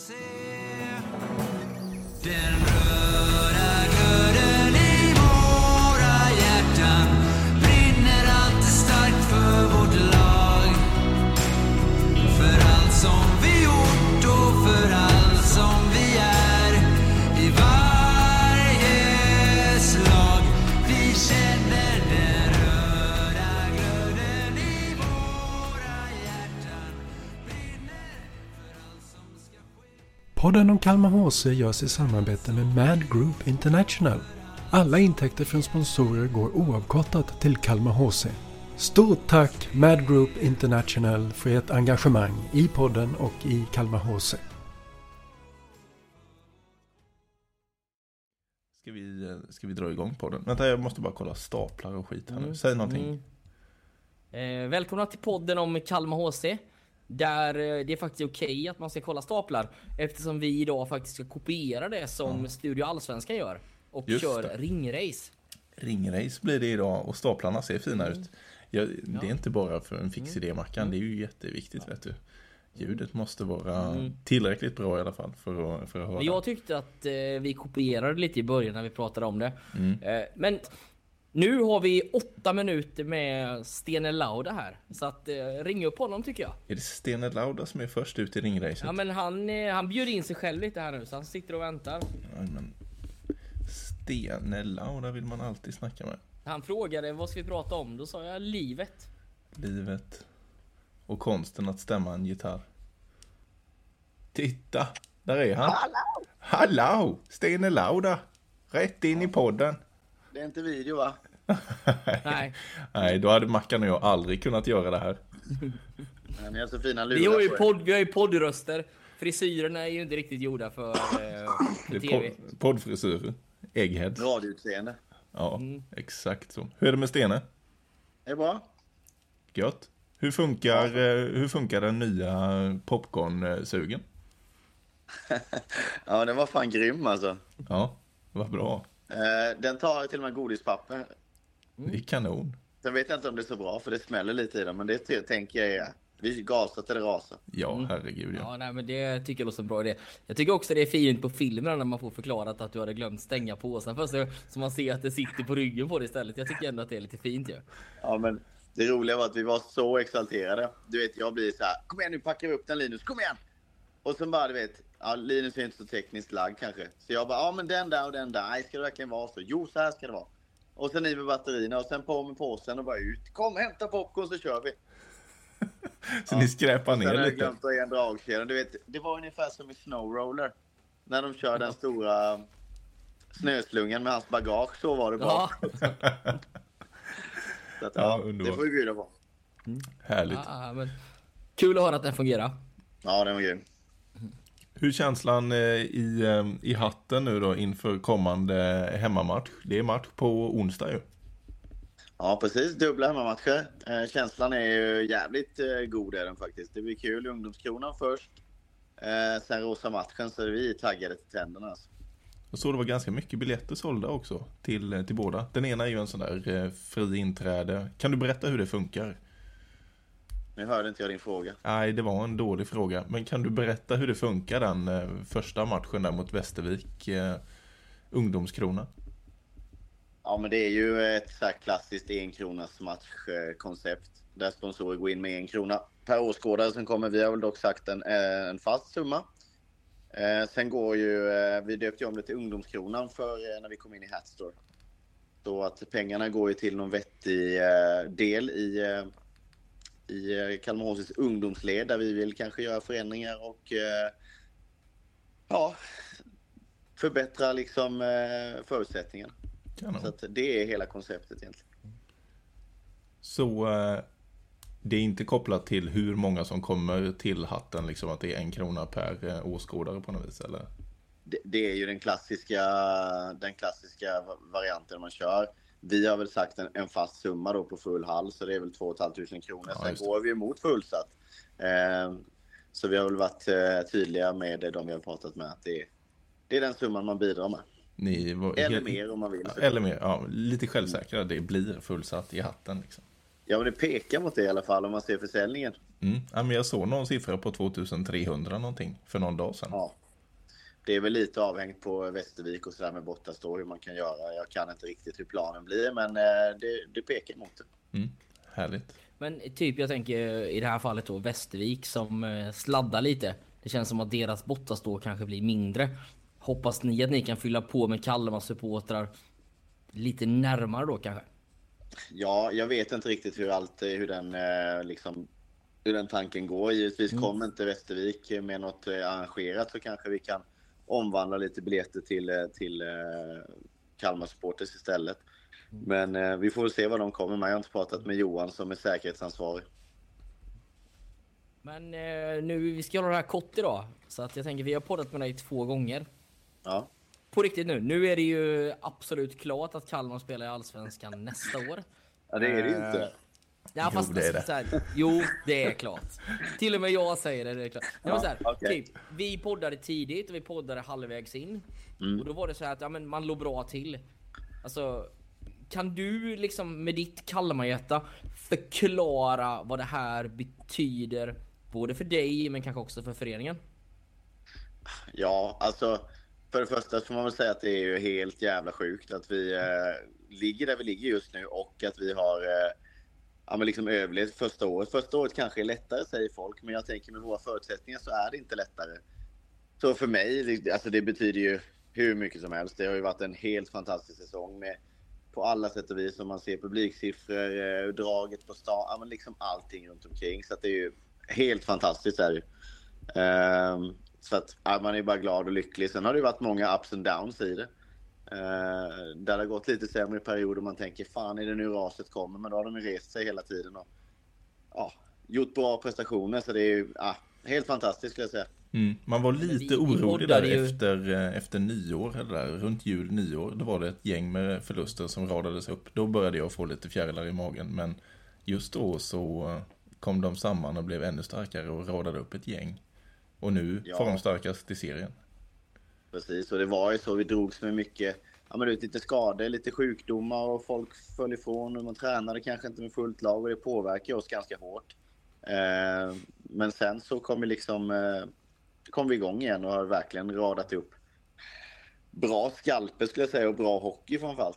Den röda glöden i våra hjärtan brinner alltid starkt för vårt lag. För allt som vi gjort och för allt som vi är i varje slag. Vi känner den röda glöden i våra hjärtan brinner för allt som ska ske. Podden om Kalmar HC görs i samarbete med Mad Group International. Alla intäkter från sponsorer går oavkortat till Kalmar HC. Stort tack Mad Group International för ert engagemang i podden och i Kalmar HC. Ska vi dra igång podden? Vänta, jag måste bara kolla staplar och skit här nu. Säg någonting. Välkomna till podden om Kalmar HC. Där det är faktiskt okej att man ska kolla staplar. Eftersom vi idag faktiskt ska kopiera det som Studio Allsvenskan gör. Och Just kör det. ringrace. Ringrace blir det idag och staplarna ser fina ut. Det är inte bara för en fix idé, Mackan. Det är ju jätteviktigt, vet du. Ljudet måste vara tillräckligt bra i alla fall för att höra. Men jag tyckte att vi kopierade lite i början när vi pratade om det. Men nu har vi 8 minuter med Stene Lauda här. Så att ring upp honom tycker jag. Är det Stene Lauda som är först ut i ringracet? Ja, men han bjöd in sig själv lite här nu. Så han sitter och väntar. Ja, men Stene Lauda vill man alltid snacka med. Han frågade vad ska vi prata om. Då sa jag livet. Livet. Och konsten att stämma en gitarr. Titta, där är han. Hallå! Stene Lauda. Rätt in i podden. Det är inte video, va? Nej. Nej, då hade Mackan och jag aldrig kunnat göra det här. Ni har så fina Vi har lurar ju poddröster. Frisyrerna är ju inte riktigt gjorda för Det TV. är poddfrisyrer. Eggheads. radioutseende. Ja, exakt så. Hur är det med Stene? Det är bra. Gött. Hur funkar den nya popcorn-sugen? Ja, den var fan grym alltså. Ja, vad bra. Den tar till och med godispapper. Det är kanon. Sen vet jag inte om det är så bra, för det smäller lite i den. Men det tänker jag är. Vi gasar till det rasar. Ja, herregud. Ja. Ja, nej, men det tycker jag låter som en bra idé. Jag tycker också det är fint på filmerna när man får förklarat att du hade glömt stänga påsen först, så man ser att det sitter på ryggen på det istället. Jag tycker ändå att det är lite fint ju. Ja, men det roliga var att vi var så exalterade. Du vet, jag blir så här: kom igen nu, packar vi upp den, Linus, kom igen! Och så bara, du vet, ja, Linus är inte så tekniskt lagd kanske. Så jag bara, ja men den där och den där, nej ska det verkligen vara så? Jo, så här ska det vara. Och sen i med batterierna och sen på med påsen och bara ut. Kom, hämta popcorn så kör vi. Så ni skräpar Sen ner har jag lite. glömt att ge en dragkedja. Du vet, det var ungefär som i Snowroller. När de kör den stora snöslungan med hans bagage, så var det bara. Ja, Så att, Ja, det underbart. får vi bjuda på. Härligt. men kul att höra att den fungerar. Ja, den var grym. Hur är känslan i hatten nu då inför kommande hemmamatch? Det är match på onsdag ju. Ja, precis. Dubbla hemmamatcher. Känslan är ju jävligt god är den faktiskt. Det blir kul. Ungdomskronan först. Sen rosa matchen, så är vi taggade till tänderna. Alltså. Jag såg det var ganska mycket biljetter sålda också till båda. Den ena är ju en sån där fri inträde. Kan du berätta hur det funkar? Nu hörde inte jag din fråga. Nej, det var en dålig fråga. Men kan du berätta hur det funkar den första matchen där mot Västervik, ungdomskrona? Ja, men det är ju ett så här klassiskt 1 kronas matchkoncept. Där sponsorer går in med 1 krona per åskådare. Sen kommer vi, har väl dock sagt, en fast summa. Sen går ju, vi döpte om det till ungdomskronan för när vi kom in i Hatstore. Så att pengarna går ju till någon vettig del i Kalmar HC:s ungdomsled, där vi vill kanske göra förändringar och förbättra liksom förutsättningarna. Kanon. Så att det är hela konceptet egentligen. Så det är inte kopplat till hur många som kommer till hatten, liksom att det är 1 krona per åskådare på något vis, eller? Det är ju den klassiska varianten man kör. Vi har väl sagt en fast summa då på full hall, så det är väl 2 500 kronor. Ja, sen just det. går vi emot fullsatt. Så vi har väl varit tydliga med de vi har pratat med, att det är den summan man bidrar med. Ni var Eller mer om man vill. Eller mer, ja, lite självsäkra. Det blir fullsatt i hatten liksom. Ja, men det pekar mot det i alla fall om man ser försäljningen. Ja, men jag såg någon siffra på 2300 någonting för någon dag sedan. Ja. Det är väl lite avhängt på Västervik och sådär med bortastå hur man kan göra. Jag kan inte riktigt hur planen blir, men det pekar mot det. Härligt. Men typ jag tänker i det här fallet då Västervik som sladdar lite. Det känns som att deras bortastå kanske blir mindre. Hoppas ni att ni kan fylla på med Kalmar supportrar lite närmare då kanske? Ja, jag vet inte riktigt hur den tanken går. Givetvis kommer inte Västervik med något arrangerat, så kanske vi kan omvandla lite biljetter till Kalmar supporters istället. Men vi får se vad de kommer med. Jag har inte pratat med Johan som är säkerhetsansvarig. Men nu, vi ska göra det här kort idag. Så att jag tänker, vi har poddat med dig 2 gånger. Ja. På riktigt nu. Nu är det ju absolut klart att Kalmar spelar i Allsvenskan nästa år. Ja, det är det ju inte. Ja, fast det är det. Så här, jo, det är klart. Till och med jag säger det är klart. Ja, så här, okej. typ, vi poddade tidigt och vi poddade halvvägs in. Och då var det så här att ja, men man låg bra till. Alltså, kan du liksom med ditt Kalmarhjärta förklara vad det här betyder både för dig men kanske också för föreningen? Ja, alltså för det första får man väl säga att det är ju helt jävla sjukt att vi ligger där vi ligger just nu och att vi har men liksom överlevt första året. Första året kanske är lättare, säger folk, men jag tänker med våra förutsättningar så är det inte lättare. Så för mig, alltså det betyder ju hur mycket som helst. Det har ju varit en helt fantastisk säsong med på alla sätt och vis, som man ser publiksiffror, draget på stan, men liksom allting runt omkring. Så att det är ju helt fantastiskt är det ju. Så att man är bara glad och lycklig. Sen har det ju varit många ups and downs i det. Där det har gått lite sämre i perioder. Man tänker, fan är det nu raset kommer? Men då har de ju rest sig hela tiden och gjort bra prestationer. Så det är ju helt fantastiskt skulle jag säga. Man var lite orolig där efter nyår, eller där, runt jul, nyår. Då var det ett gäng med förluster som radades upp. Då började jag få lite fjärilar i magen. Men just då så kom de samman och blev ännu starkare och radade upp ett gäng. Och nu får de starkast i serien. Precis, och det var ju så vi drogs med mycket, lite skador, lite sjukdomar och folk föll ifrån och man tränade kanske inte med fullt lag och det påverkar oss ganska hårt. Men sen så kom vi igång igen och har verkligen radat upp bra skalper skulle jag säga och bra hockey framförallt.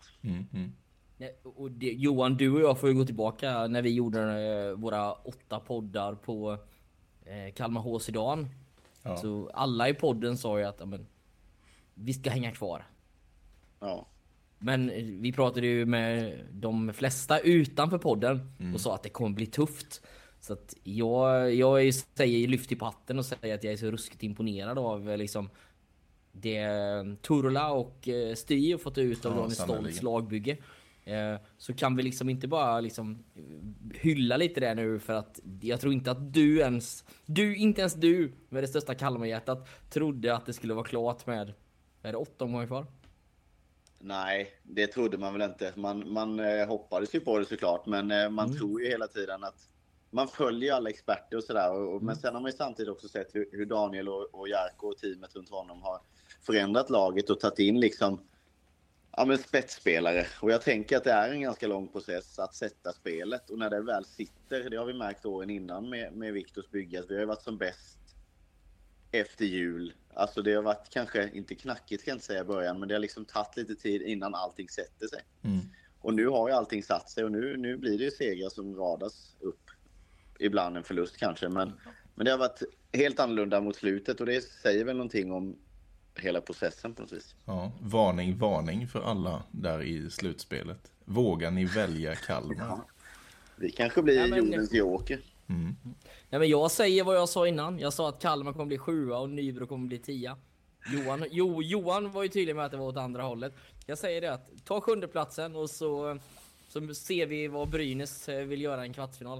Och Johan, du och jag får ju gå tillbaka när vi gjorde våra 8 poddar på Kalmar HC-dagen. Ja. Så alla i podden sa ju att vi ska hänga kvar. Ja. Men vi pratade ju med de flesta utanför podden och sa att det kommer bli tufft. Så att jag säger lyft i patten och säger att jag är så ruskigt imponerad av liksom det Turla och Sty har fått ut av Ronny Stolts lagbygge. Så kan vi liksom inte bara liksom hylla lite det nu, för att jag tror inte att inte ens du med det största Kalmarhjärtat trodde att det skulle vara klart med, är det 8 omgångar kvar? Nej, det trodde man väl inte. Man hoppades ju på det såklart, men man tror ju hela tiden att man följer alla experter och sådär. Men sen har man ju samtidigt också sett hur Daniel och Jarko och teamet runt honom har förändrat laget och tagit in liksom spetsspelare. Och jag tänker att det är en ganska lång process att sätta spelet. Och när det väl sitter, det har vi märkt åren innan med Viktors bygge, att vi har ju varit som bäst efter jul. Alltså det har varit kanske inte knackigt kan jag inte säga i början, men det har liksom tagit lite tid innan allting sätter sig. Och nu har ju allting satt sig och nu blir det ju segrar som radas upp. Ibland en förlust kanske, men det har varit helt annorlunda mot slutet och det säger väl någonting om hela processen på något vis. Ja, varning för alla där i slutspelet. Vågar ni välja Kalmar? Ja. Vi kanske blir jordens Joker. Nej, men jag säger vad jag sa innan. Jag sa att Kalmar kommer bli 7 och Nybro kommer bli 10. Johan var ju tydlig med att det var åt andra hållet. Jag säger det att ta 7:e platsen och så ser vi vad Brynäs vill göra i en kvartsfinal.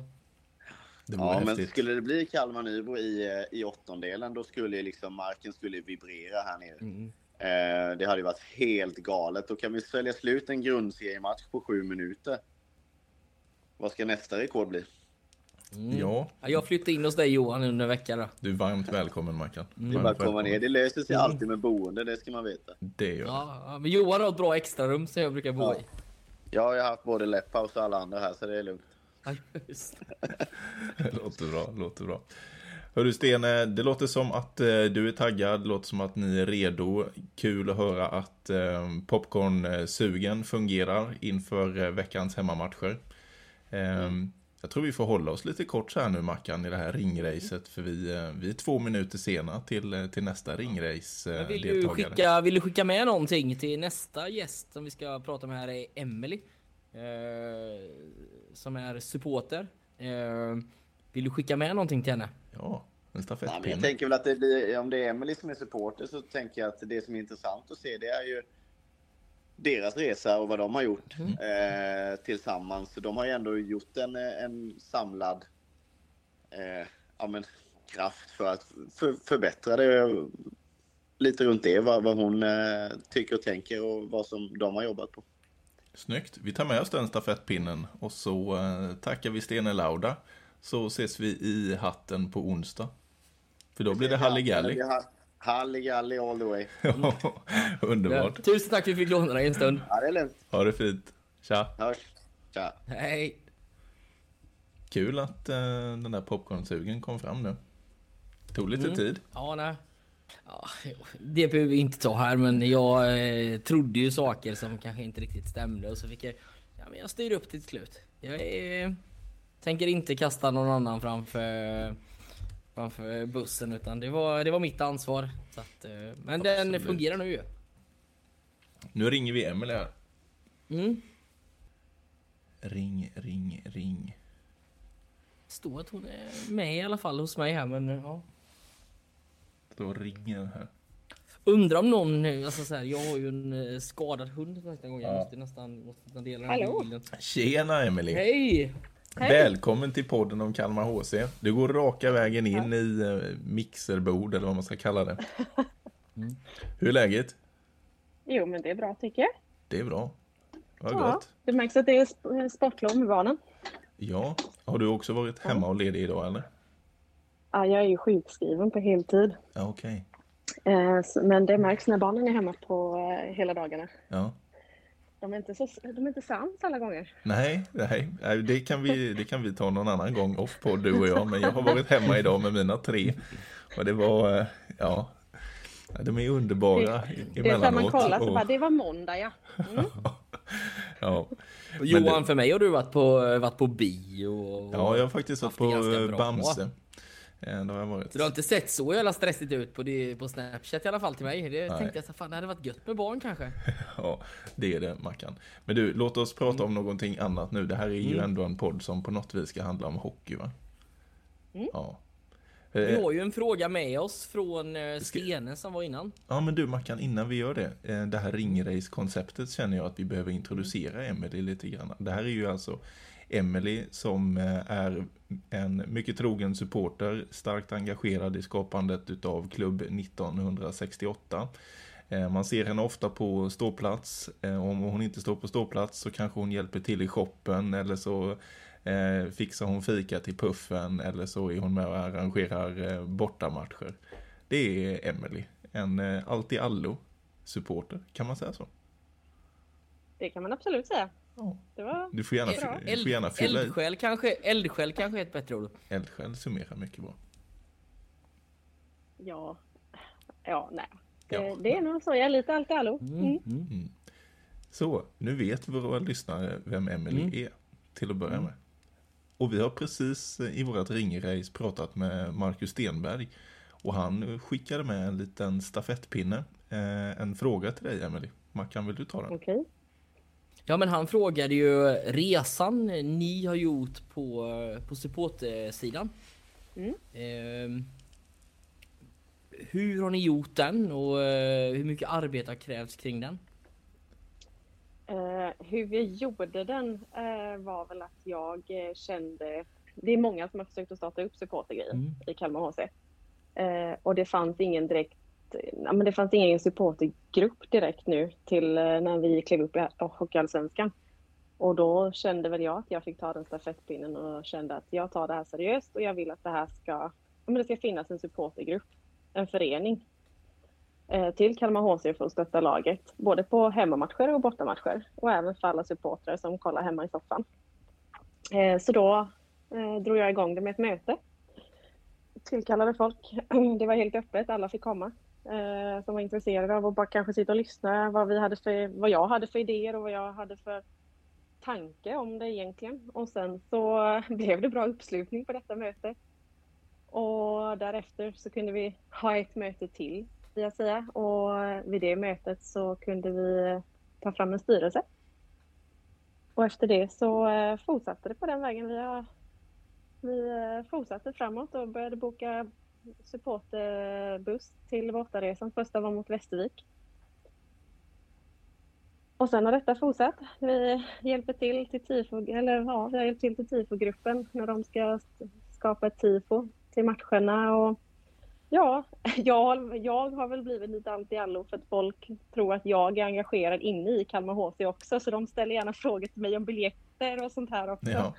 Men skulle det bli Kalmar Nybro i åttondelen, då skulle liksom marken skulle vibrera här nere. Det hade ju varit helt galet. Då kan vi svälja slut en grundseriematch på 7 minuter. Vad ska nästa rekord bli? Ja. Jag flyttar in hos dig Johan under veckan då. Du är varmt välkommen Mackan. Det är bara att komma ner. Det löser sig alltid med boende, det ska man veta. Det gör Ja, men Johan har ett bra extra rum som jag brukar bo i. Jag har haft både Leppaus och alla andra här, så det är lugnt. Ja, just. Låter bra. Hörru Stene, det låter som att du är taggad, det låter som att ni är redo. Kul att höra att popcornsugen fungerar inför veckans hemmamatcher. Jag tror vi får hålla oss lite kort så här nu, Mackan, i det här ringracet, för vi är 2 minuter sena till nästa ringrace deltagare. Vill du skicka med någonting till nästa gäst som vi ska prata med här är Emily, som är supporter. Vill du skicka med någonting till henne? Ja, en stafettpinne. Jag tänker väl att det blir, om det är Emily som är supporter, så tänker jag att det som är intressant att se, det är ju deras resa och vad de har gjort tillsammans. Så de har ju ändå gjort en samlad kraft för att förbättra det lite runt det, vad hon tycker och tänker och vad som de har jobbat på. Snyggt. Vi tar med oss den stafettpinnen och så tackar vi Stene Lauda. Så ses vi i hatten på onsdag. För då blir det Halligalli. Halligalli all the way. Underbart. Ja, tusen tack för att vi fick låna dig en stund. Ja, det är lugnt. Ha det fint. Tja. Hörs. Tja. Hej. Kul att den där popcornsugen kom fram nu. Tog lite tid. Ja, nej. Ja, det behöver vi inte ta här, men jag trodde ju saker som kanske inte riktigt stämde och så fick jag styr upp till slut. Jag tänker inte kasta någon annan framför bussen, utan det var mitt ansvar. Så att, men den fungerar nu ju. Nu ringer vi Emily här. Ring. Står att hon är med i alla fall hos mig här, men ja. Då ringer den här. Undrar om någon, alltså så här, jag har ju en skadad hund nästa gång. Jag måste nästan dela den här bilden. Tjena Emily. Hej! Välkommen till podden om Kalmar HC. Du går raka vägen in i mixerbord eller vad man ska kalla det. Hur är läget? Jo, men det är bra tycker jag. Det är bra. Vad gott. Det märks att det är sportlov med barnen. Ja, har du också varit hemma och ledig idag eller? Ja, jag är ju sjukskriven på heltid. Ja, okej. Men det märks när barnen är hemma på hela dagarna. Ja. De är inte sams alla gånger. Nej, det kan vi ta någon annan gång off på, du och jag. Men jag har varit hemma idag med mina 3. Och det var, de är underbara emellanåt. Det är så man kollar så bara, det var måndag, ja. Ja. Johan, för mig har du varit på bio. Ja, jag har faktiskt varit på Bamse. Det har jag varit. Så du har inte sett så jävla stressigt ut på Snapchat i alla fall till mig. Tänkte jag så fan, det hade varit gött med barn kanske. Ja, det är det, Mackan. Men du, låt oss prata om någonting annat nu. Det här är ju ändå en podd som på något vis ska handla om hockey, va? Ja. Vi har ju en fråga med oss från Stene som var innan. Ja, men du Mackan, innan vi gör det här ringrace-konceptet känner jag att vi behöver introducera Emily lite grann. Det här är ju alltså Emily som är en mycket trogen supporter, starkt engagerad i skapandet utav klubb 1968. Man ser henne ofta på ståplats. Om hon inte står på ståplats så kanske hon hjälper till i shoppen, eller så fixar hon fika till puffen, eller så är hon med och arrangerar bortamatcher. Det är Emily, en allt-i-allo-supporter, kan man säga så? Det kan man absolut säga. Ja. Det var du får gärna fylla i. Eldsjäl kanske är ett bättre ord. Eldsjäl summerar mycket bra. Nej. Det är nog så, jag är lite allt-i-allo. Så, nu vet våra lyssnare vem Emily är till att börja med. Och vi har precis i vårt ringrace pratat med Marcus Stenberg. Och han skickade med en liten stafettpinne. En fråga till dig, Emily. Mackan, vill du ta den? Okej. Ja, men han frågade ju resan ni har gjort på supportsidan. Hur har ni gjort den och hur mycket arbete har krävts kring den? Hur vi gjorde den var väl att jag kände... Det är många som har försökt att starta upp supportergrejen i Kalmar HC. Och det fanns ingen supportergrupp direkt nu till när vi klev upp i Hockeyallsvenskan. Och då kände väl jag att jag fick ta den stafettpinnen och kände att jag tar det här seriöst och jag vill att det ska finnas en supportergrupp, en förening till Kalmar HC för att stötta laget, både på hemmamatcher och bortamatcher och även för alla supportrar som kollar hemma i soffan. Så då drog jag igång det med ett möte. Tillkallade folk. Det var helt öppet, alla fick komma. Som var intresserade av att bara kanske sitta och lyssna vad jag hade för idéer och vad jag hade för tanke om det egentligen. Och sen så blev det bra uppslutning på detta möte. Och därefter så kunde vi ha ett möte till, vill jag säga. Och vid det mötet så kunde vi ta fram en styrelse. Och efter det så fortsatte det på den vägen. Vi fortsatte framåt och började boka supportbuss till bortaresan. Första var mot Västervik. Och sen har detta fortsatt. Vi hjälper till till tifogruppen när de ska skapa ett tifo till matcherna. Och ja, jag har väl blivit lite allt i allo för att folk tror att jag är engagerad inne i Kalmar HC också. Så de ställer gärna frågor till mig om biljetter och sånt här också. Ja.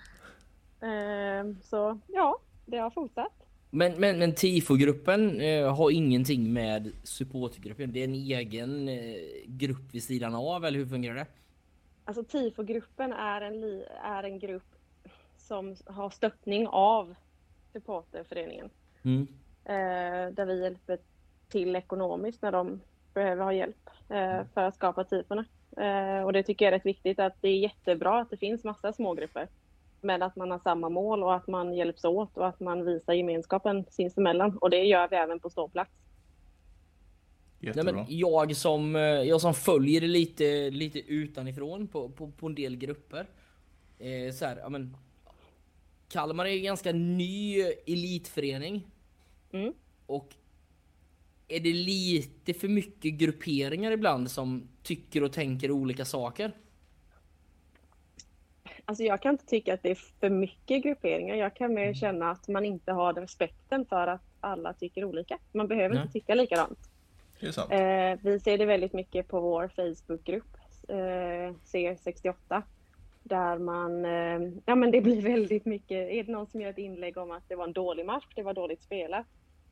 Så ja, det har fortsatt. Men tifogruppen har ingenting med supportgruppen. Det är en egen grupp vid sidan av, eller hur fungerar det? Alltså tifogruppen är en grupp som har stöttning av supporterföreningen. Där vi hjälper till ekonomiskt när de behöver ha hjälp för att skapa tiforna. Och det tycker jag är rätt viktigt, att det är jättebra att det finns massa smågrupper. Men att man har samma mål och att man hjälps åt och att man visar gemenskapen sinsemellan. Och det gör vi även på ståplats. Nej, men jag som följer det lite utanifrån på en del grupper. Så här, ja, men, Kalmar är en ganska ny elitförening. Och är det lite för mycket grupperingar ibland som tycker och tänker olika saker? Alltså jag kan inte tycka att det är för mycket grupperingar. Jag kan mer känna att man inte har respekten för att alla tycker olika. Man behöver inte tycka likadant. Det är sant. Vi ser det väldigt mycket på vår Facebookgrupp C68. Där man, det blir väldigt mycket. Är det någon som gör ett inlägg om att det var en dålig match, det var dåligt spelat.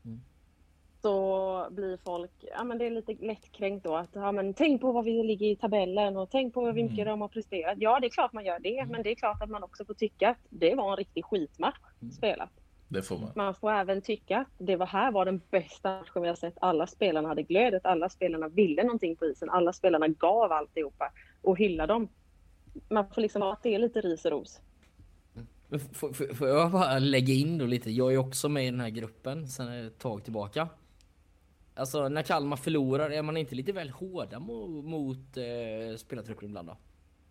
Så blir folk, det är lite lättkränkt då att tänk på vad vi ligger i tabellen och tänk på hur mycket de har presterat. Ja, det är klart man gör det, men det är klart att man också får tycka att det var en riktig skitmatch spelat. Det får man. Man får även tycka att det var den bästa matchen vi har sett. Alla spelarna hade glödet, alla spelarna ville någonting på isen, alla spelarna gav alltihopa och hyllade dem. Man får liksom ha att det är lite ris och ros. Får jag bara lägga in då lite? Jag är också med i den här gruppen sedan ett tag tillbaka. Alltså när Kalmar förlorar, är man inte lite väl hårda mot spelartruppen ibland då?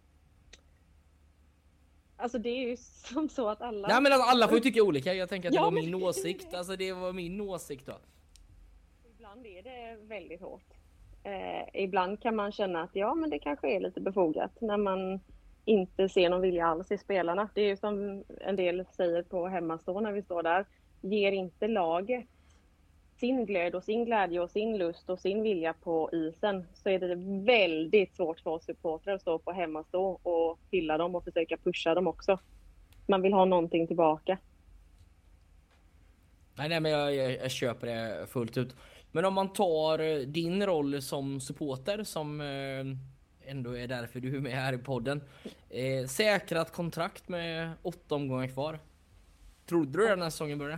Alltså det är ju som så att alla... Nej men alltså, alla får ju tycka olika. Jag tänker att det var min åsikt. Alltså det var min åsikt då. Ibland är det väldigt hårt. Ibland kan man känna att men det kanske är lite befogat när man inte ser någon vilja alls i spelarna. Det är ju som en del säger på hemmastå när vi står där. Ger inte laget sin glöd och sin glädje och sin lust och sin vilja på isen, så är det väldigt svårt för oss supportrar att stå på hemmastå och hylla dem och försöka pusha dem också. Man vill ha någonting tillbaka. Nej men jag köper det fullt ut. Men om man tar din roll som supporter, som ändå är därför du är med här i podden. Säkrat kontrakt med 8 omgångar kvar. Trodde du det när säsongen började?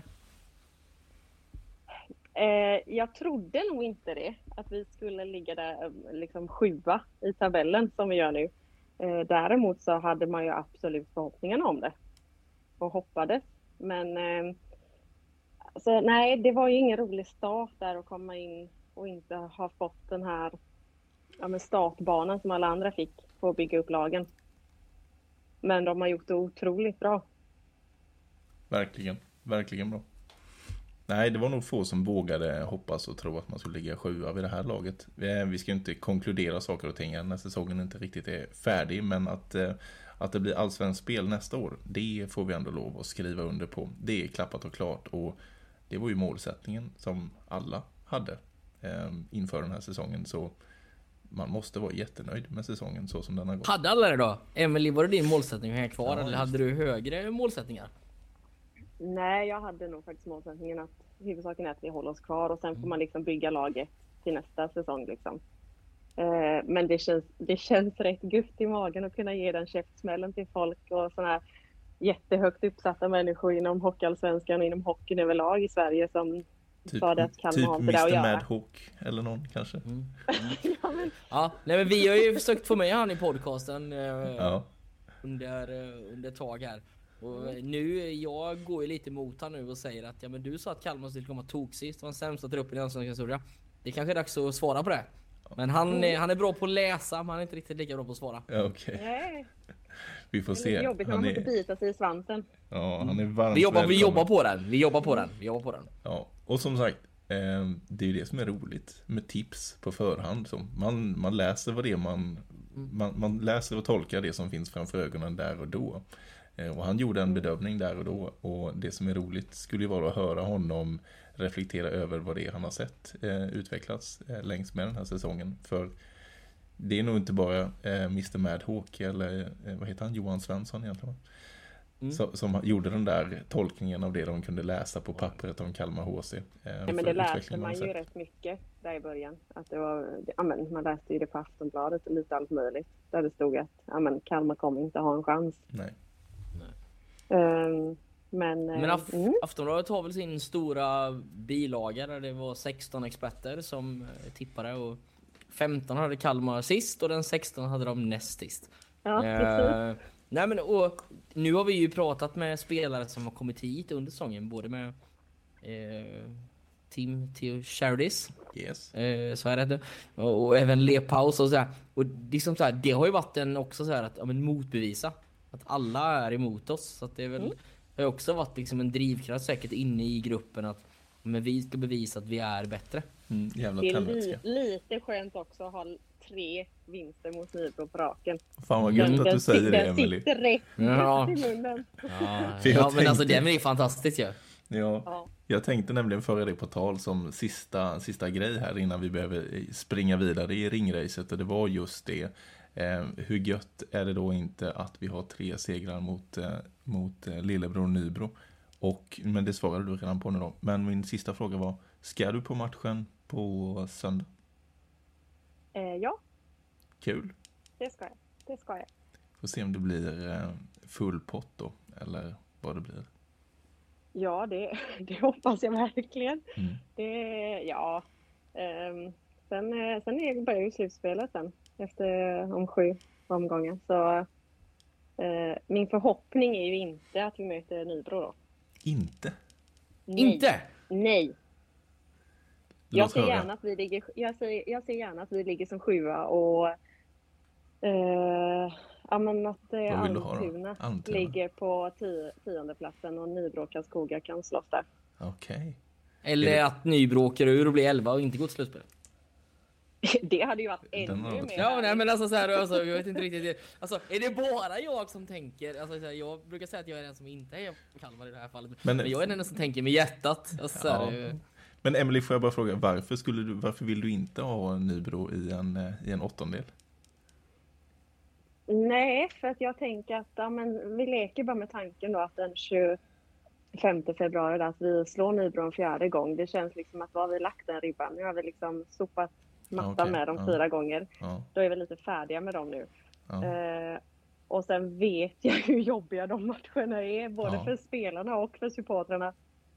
Jag trodde nog inte det. Att vi skulle ligga där liksom 7:a i tabellen som vi gör nu. Däremot så hade man ju absolut förhoppningarna om det. Och hoppades. Men alltså, nej, det var ju ingen rolig start där att komma in och inte ha fått den här startbanan som alla andra fick på att bygga upp lagen. Men de har gjort det otroligt bra. Verkligen, verkligen bra. Nej, det var nog få som vågade hoppas och tro att man skulle ligga 7:a vid det här laget. Vi ska inte konkludera saker och ting när säsongen inte riktigt är färdig, men att det blir allsvensk spel nästa år, det får vi ändå lov att skriva under på. Det är klappat och klart, och det var ju målsättningen som alla hade inför den här säsongen, så man måste vara jättenöjd med säsongen så som den har gått. Hade alla det då? Emily, var det din målsättning att hänga kvar, eller hade du högre målsättningar? Nej, jag hade nog faktiskt målsättningen att huvudsaken är att vi håller oss kvar och sen får man liksom bygga laget till nästa säsong liksom. Men det känns rätt gufft i magen att kunna ge den käftsmällen till folk och sån här. jättehögt uppsatta människor inom hockeyallsvenskan och inom hockeyn överlag i Sverige som sa det att Kalmar har inte det att Mr. göra. Madhawk eller någon kanske. Ja, nej, men vi har ju försökt få med han i podcasten Ja. under ett tag här. Och nu, jag går ju lite emot han nu och säger att men du sa att Kalmar skulle komma toksist, var den sämsta truppen i allsvenska historia. Det kanske är dags att svara på det. Men han är bra på att läsa, men han är inte riktigt lika bra på att svara. Ja, okej. Nej, Vi får det är se. lite jobbigt när man Han måste är, bita sig i svansen. ja, han är varmt Vi jobbar välkommen. på den. Vi jobbar på den. Ja, och som sagt, det är ju det som är roligt med tips på förhand. Så man läser vad det är man läser och tolkar det som finns framför ögonen där och då. Och han gjorde en bedömning där och då. Och det som är roligt skulle ju vara att höra honom reflektera över vad det är han har sett utvecklats längs med den här säsongen. För det är nog inte bara Mr. Madhawk eller vad heter han? Johan Svensson egentligen. Som gjorde den där tolkningen av det de kunde läsa på pappret om Kalmar HC. Ja, men det läste man ju rätt mycket där i början. Att det var, man läste ju det på Aftonbladet och lite allt möjligt. Där det stod att Kalmar kommer inte ha en chans. Nej. Men Aftonbladet har väl sin stora bilaga där det var 16 experter som tippade och 15 hade Kalmar sist och den 16 hade de näst sist. Ja, precis. Nej, men och nu har vi ju pratat med spelare som har kommit hit under säsongen, både med Tim Theo Charities, Yes. så är det, och även Lepaus och så här. Och liksom så här, det har ju varit en också så här att motbevisa att alla är emot oss, så att det är väl har också varit liksom en drivkraft säkert inne i gruppen att vi ska bevisa att vi är bättre. Jävla det tändvätska. är lite skönt också att ha 3 vinster mot Nybro på raken. Fan vad gött att du säger det, Den Emily. sitter rätt Ja. i munnen. Ja, men alltså det är fantastiskt ju. Ja, jag tänkte nämligen föra det på tal som sista grej här innan vi behöver springa vidare i ringracet, och det var just det. Hur gött är det då inte att vi har 3 segrar mot Lillebror Nybro? Men det svarade du redan på nu då. Men min sista fråga var, ska du på matchen på söndag? Ja, Kul. det ska jag. Får se om det blir full pott då, eller vad det blir. Ja, det hoppas jag verkligen. Sen börjar ju slutspelet sen om 7 omgångar. Så min förhoppning är ju inte att vi möter Nybro då. Inte? Inte? Nej. Jag ser höra. gärna att vi ligger som 7:a och att Vad vill du ha då? Almtuna Almtuna. ligger på 10:e platsen och Nybro Karlskoga kan slåss där. Okej. Eller att Nybro åker ur och blir 11 och inte går till slutspel. Det hade ju varit Den har ännu varit- mer. Ja, nej, men alltså så här, jag vet inte riktigt. Alltså, är det bara jag som tänker? Alltså, så här, jag brukar säga att jag är den som inte är på Kalmar i det här fallet. Men jag är den som tänker med hjärtat. Alltså, så här, Men Emily, får jag bara fråga, varför vill du inte ha Nybro i en 8:ondel? Nej, för att jag tänker att vi leker bara med tanken då att den 25 februari där, att vi slår Nybro en 4:e gång. Det känns liksom att vad har vi lagt den ribban? Nu har vi liksom sopat mattan Okej, med dem ja. 4 gånger. Ja. Då är vi lite färdiga med dem nu. Ja. Och sen vet jag hur jobbiga de matcherna är, både Ja. för spelarna och för supportrarna.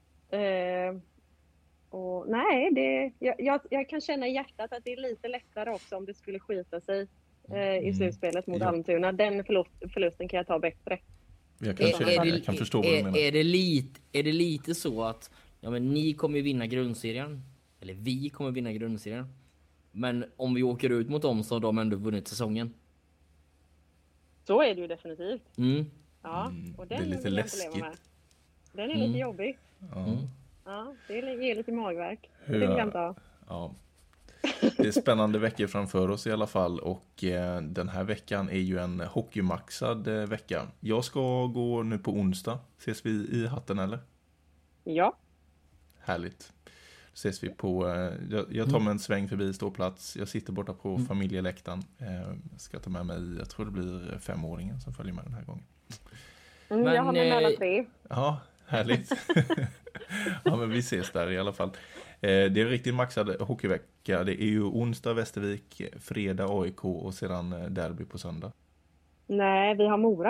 Och nej, jag kan känna i hjärtat att det är lite lättare också om det skulle skita sig i slutspelet mot Ja. Almtuna. Den förlusten kan jag ta bättre. Jag kan förstå vad du menar. Är det lite så att ni kommer ju vinna grundserien, eller vi kommer vinna grundserien, men om vi åker ut mot dem så har de ändå vunnit säsongen? Så är det ju definitivt. Ja, och det är den lite vill jag inte leva läskigt. med. Den är lite jobbig. Ja, det ger lite magverk. Det vill jag inte ha. Ja. Det är spännande veckor framför oss i alla fall, och den här veckan är ju en hockeymaxad vecka. Jag ska gå nu på onsdag. Ses vi i hatten eller? Ja. Härligt. Ses vi på, jag tar mig en sväng förbi ståplats. Jag sitter borta på familjeläktaren. Jag ska ta med mig, jag tror det blir 5-åringen som följer med den här gången. Jag har med alla 3. Ja, härligt. Ja, men vi ses där i alla fall. Det är en riktigt maxad hockeyvecka. Det är ju onsdag Västervik, fredag AIK och sedan derby på söndag. Nej, vi har Mora med.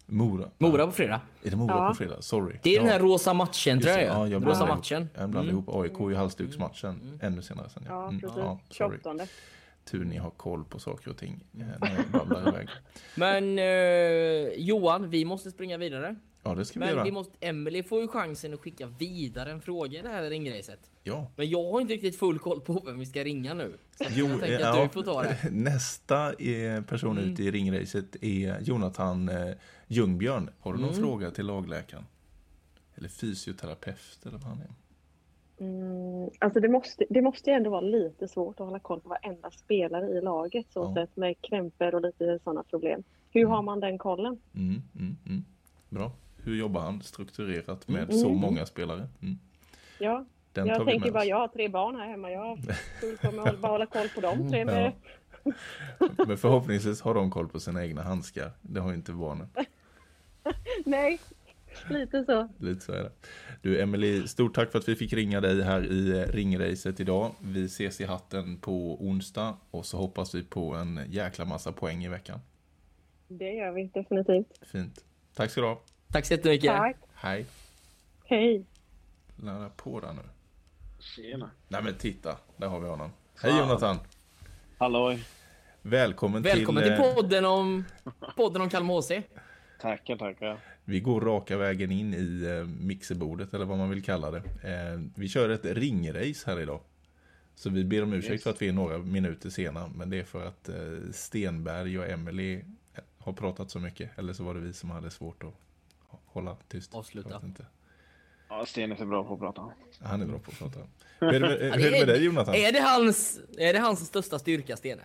Mora på fredag. Är det Mora på fredag? Sorry. Det är den här rosa matchen tror jag. Ja, jag rosa matchen. Jag blandar ihop AIK i halsduksmatchen ännu senare sen. Ja, precis. Sorry. 28. Tur ni har koll på saker och ting när jag babblar iväg. Men Johan, vi måste springa vidare. Ja, det ska vi Men göra. Emily får ju chansen att skicka vidare en fråga i det här ringracet. Ja. Men jag har inte riktigt full koll på vem vi ska ringa nu. Så Jo, jag tänker att du får ta det. Nästa person ut i ringracet är Jonathan Ljungbjörn. Har du någon fråga till lagläkaren? Eller fysioterapeut eller vad han är? Alltså det måste ju ändå vara lite svårt att hålla koll på varenda spelare i laget. Så sett med krämpor och lite sådana problem. Hur har man den kollen? Bra. Hur jobbar han strukturerat med så många spelare? Ja, Den jag tar vi tänker med bara, oss. jag har 3 barn här hemma. Jag har full koll med att bara hålla koll på dem 3 med. Men förhoppningsvis har de koll på sina egna handskar. Det har ju inte barnen. Nej, lite så. Lite så är det. Du Emily, stort tack för att vi fick ringa dig här i ringracet idag. Vi ses i hatten på onsdag och så hoppas vi på en jäkla massa poäng i veckan. Det gör vi definitivt. Fint. Tack ska du ha. Tack så jättemycket. Tack. Hej. Hej. Lära på där nu. Tjena. Nej men titta, där har vi honom. Hej Jonathan. Halloj. Välkommen till podden om Kalmar HC. Tackar. Vi går raka vägen in i mixerbordet eller vad man vill kalla det. Vi kör ett ringrace här idag. Så vi ber om ursäkt för att vi är några minuter sena. Men det är för att Stenberg och Emily har pratat så mycket. Eller så var det vi som hade svårt att hålla tyst. Avsluta. Ja, Sten är så bra på att prata. Han är bra på att prata. Hur är det med dig Jonathan? Är det hans största styrka, Stene?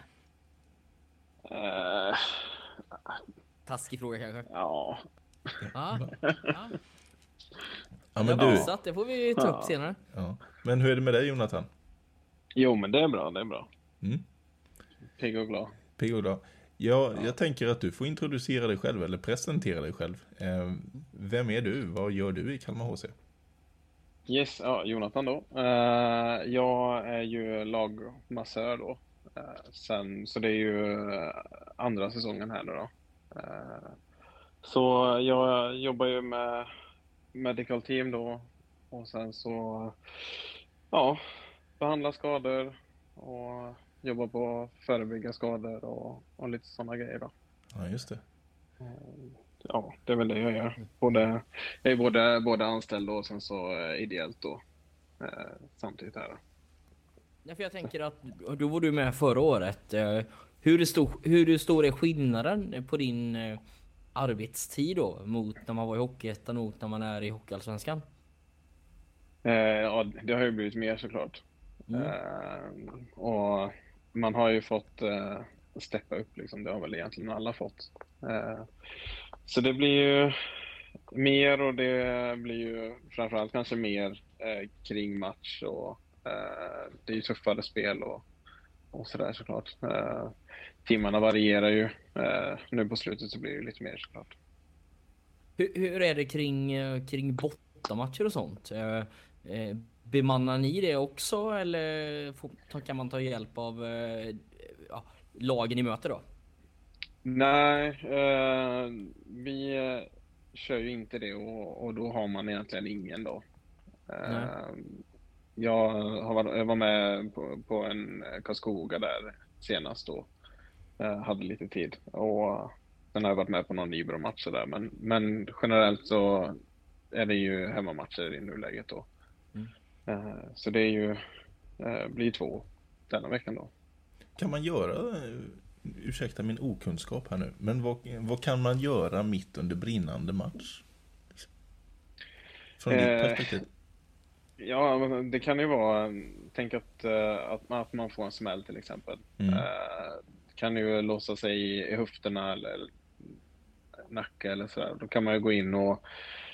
Taskig fråga kanske. Ja. Ja, men du. Det får vi ta upp senare. Ja. Men hur är det med dig Jonathan? Jo, men det är bra. Pigg och glad. Ja, jag tänker att du får introducera dig själv eller presentera dig själv. Vem är du? Vad gör du i Kalmar HC? Yes, ja, Jonathan då. Jag är ju lagmassör då. Så det är ju andra säsongen här nu då. Så jag jobbar ju med medical team då. Och sen så behandla skador och jobba på att förebygga skador och lite sådana grejer då. Ja, just det. Ja, det är väl det jag gör. Jag är både anställd och sen så ideellt då. Samtidigt här. Ja, för jag tänker att då var du med förra året. Hur stor är skillnaden på din arbetstid då mot när man var i Hockeyettan och mot när man är i Hockeyallsvenskan? Ja, det har ju blivit mer såklart. Och man har ju fått steppa upp liksom. Det har väl egentligen alla fått. Så det blir ju mer och det blir ju framförallt kanske mer kring match och det är ju tuffare spel och sådär såklart. Timmarna varierar ju. Nu på slutet så blir det lite mer såklart. Hur är det kring bortamatcher och sånt? Bemannar ni det också eller kan man ta hjälp av lagen i möte då? Nej, vi kör ju inte det och då har man egentligen ingen då. Jag var med på en Karlskoga där senast då. Hade lite tid och sen har jag varit med på någon Nybro-match där. Men generellt så är det ju hemmamatcher i nuläget då. Så det är ju blir 2 denna veckan då. Kan man göra, ursäkta min okunskap här nu, men vad kan man göra mitt under brinnande match? Från ditt perspektiv. Ja, det kan ju vara, tänk att man får en smäll till exempel. Kan ju låsa sig i höfterna eller nacke eller sådär. Då kan man ju gå in och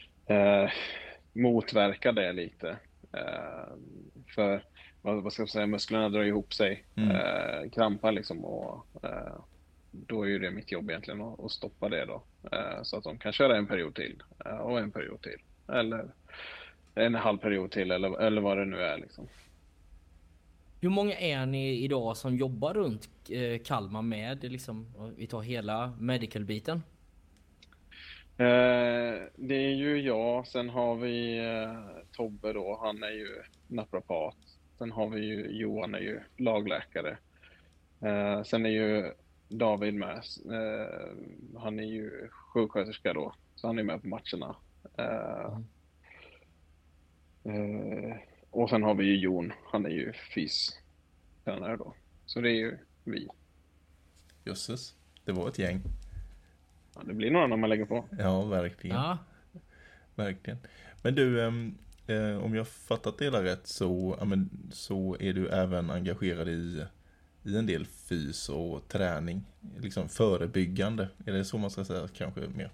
motverka det lite. För vad ska jag säga, musklerna drar ihop sig, krampar liksom och då är ju det mitt jobb egentligen att stoppa det då. Så att de kan köra en period till och en period till eller en halv period till eller vad det nu är liksom. Hur många är ni idag som jobbar runt Kalmar med liksom, vi tar hela medical-biten? Det är ju jag, sen har vi Tobbe då, han är ju naprapat. Sen har vi ju Johan är ju lagläkare. Sen är ju David med. Han är ju sjuksköterska då, så han är med på matcherna. Och sen har vi ju Jon, han är ju fystränare då. Så det är ju vi. Jösses, det var ett gäng. Ja, det blir några när man lägger på. Ja, verkligen. Ja. Verkligen. Men du, om jag fattat det hela rätt så är du även engagerad i en del fys och träning. Liksom förebyggande. Är det så man ska säga kanske mer?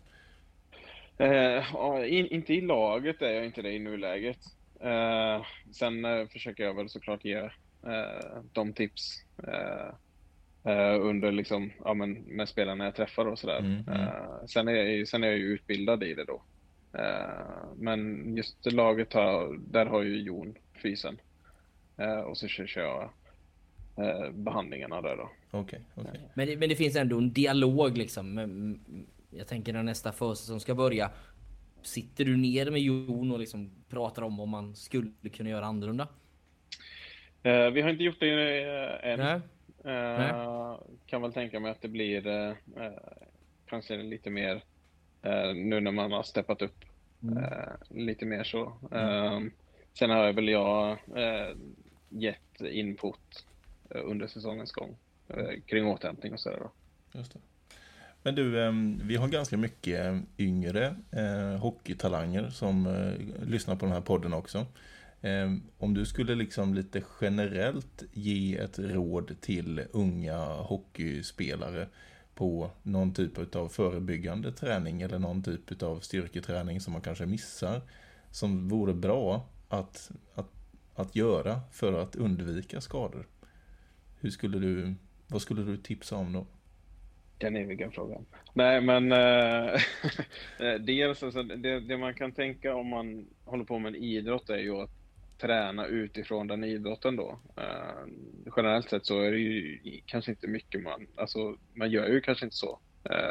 Inte i laget är jag inte det i nuläget. Sen försöker jag väl såklart ge de tips under liksom, med spelarna jag träffar och sådär. Sen är jag ju utbildad i det då. Men just laget där har ju Jon fysen. Och så kör jag behandlingarna där då. Okej. Men det finns ändå en dialog liksom. Jag tänker när nästa försäsong ska börja. Sitter du ner med Jon och liksom pratar om vad man skulle kunna göra annorlunda? Vi har inte gjort det än. Nej. Kan väl tänka mig att det blir kanske lite mer nu när man har steppat upp lite mer så. Sen har väl jag gett input under säsongens gång kring återhämtning och sådär då. Just det. Men du, vi har ganska mycket yngre hockeytalanger som lyssnar på den här podden också. Om du skulle liksom lite generellt ge ett råd till unga hockeyspelare på någon typ av förebyggande träning eller någon typ av styrketräning som man kanske missar, som vore bra att göra för att undvika skador. Vad skulle du tipsa om då? Den eviga frågan. Nej, men dels alltså, det man kan tänka om man håller på med en idrott är ju att träna utifrån den idrotten då. Generellt sett så är det ju kanske inte mycket man gör ju kanske inte så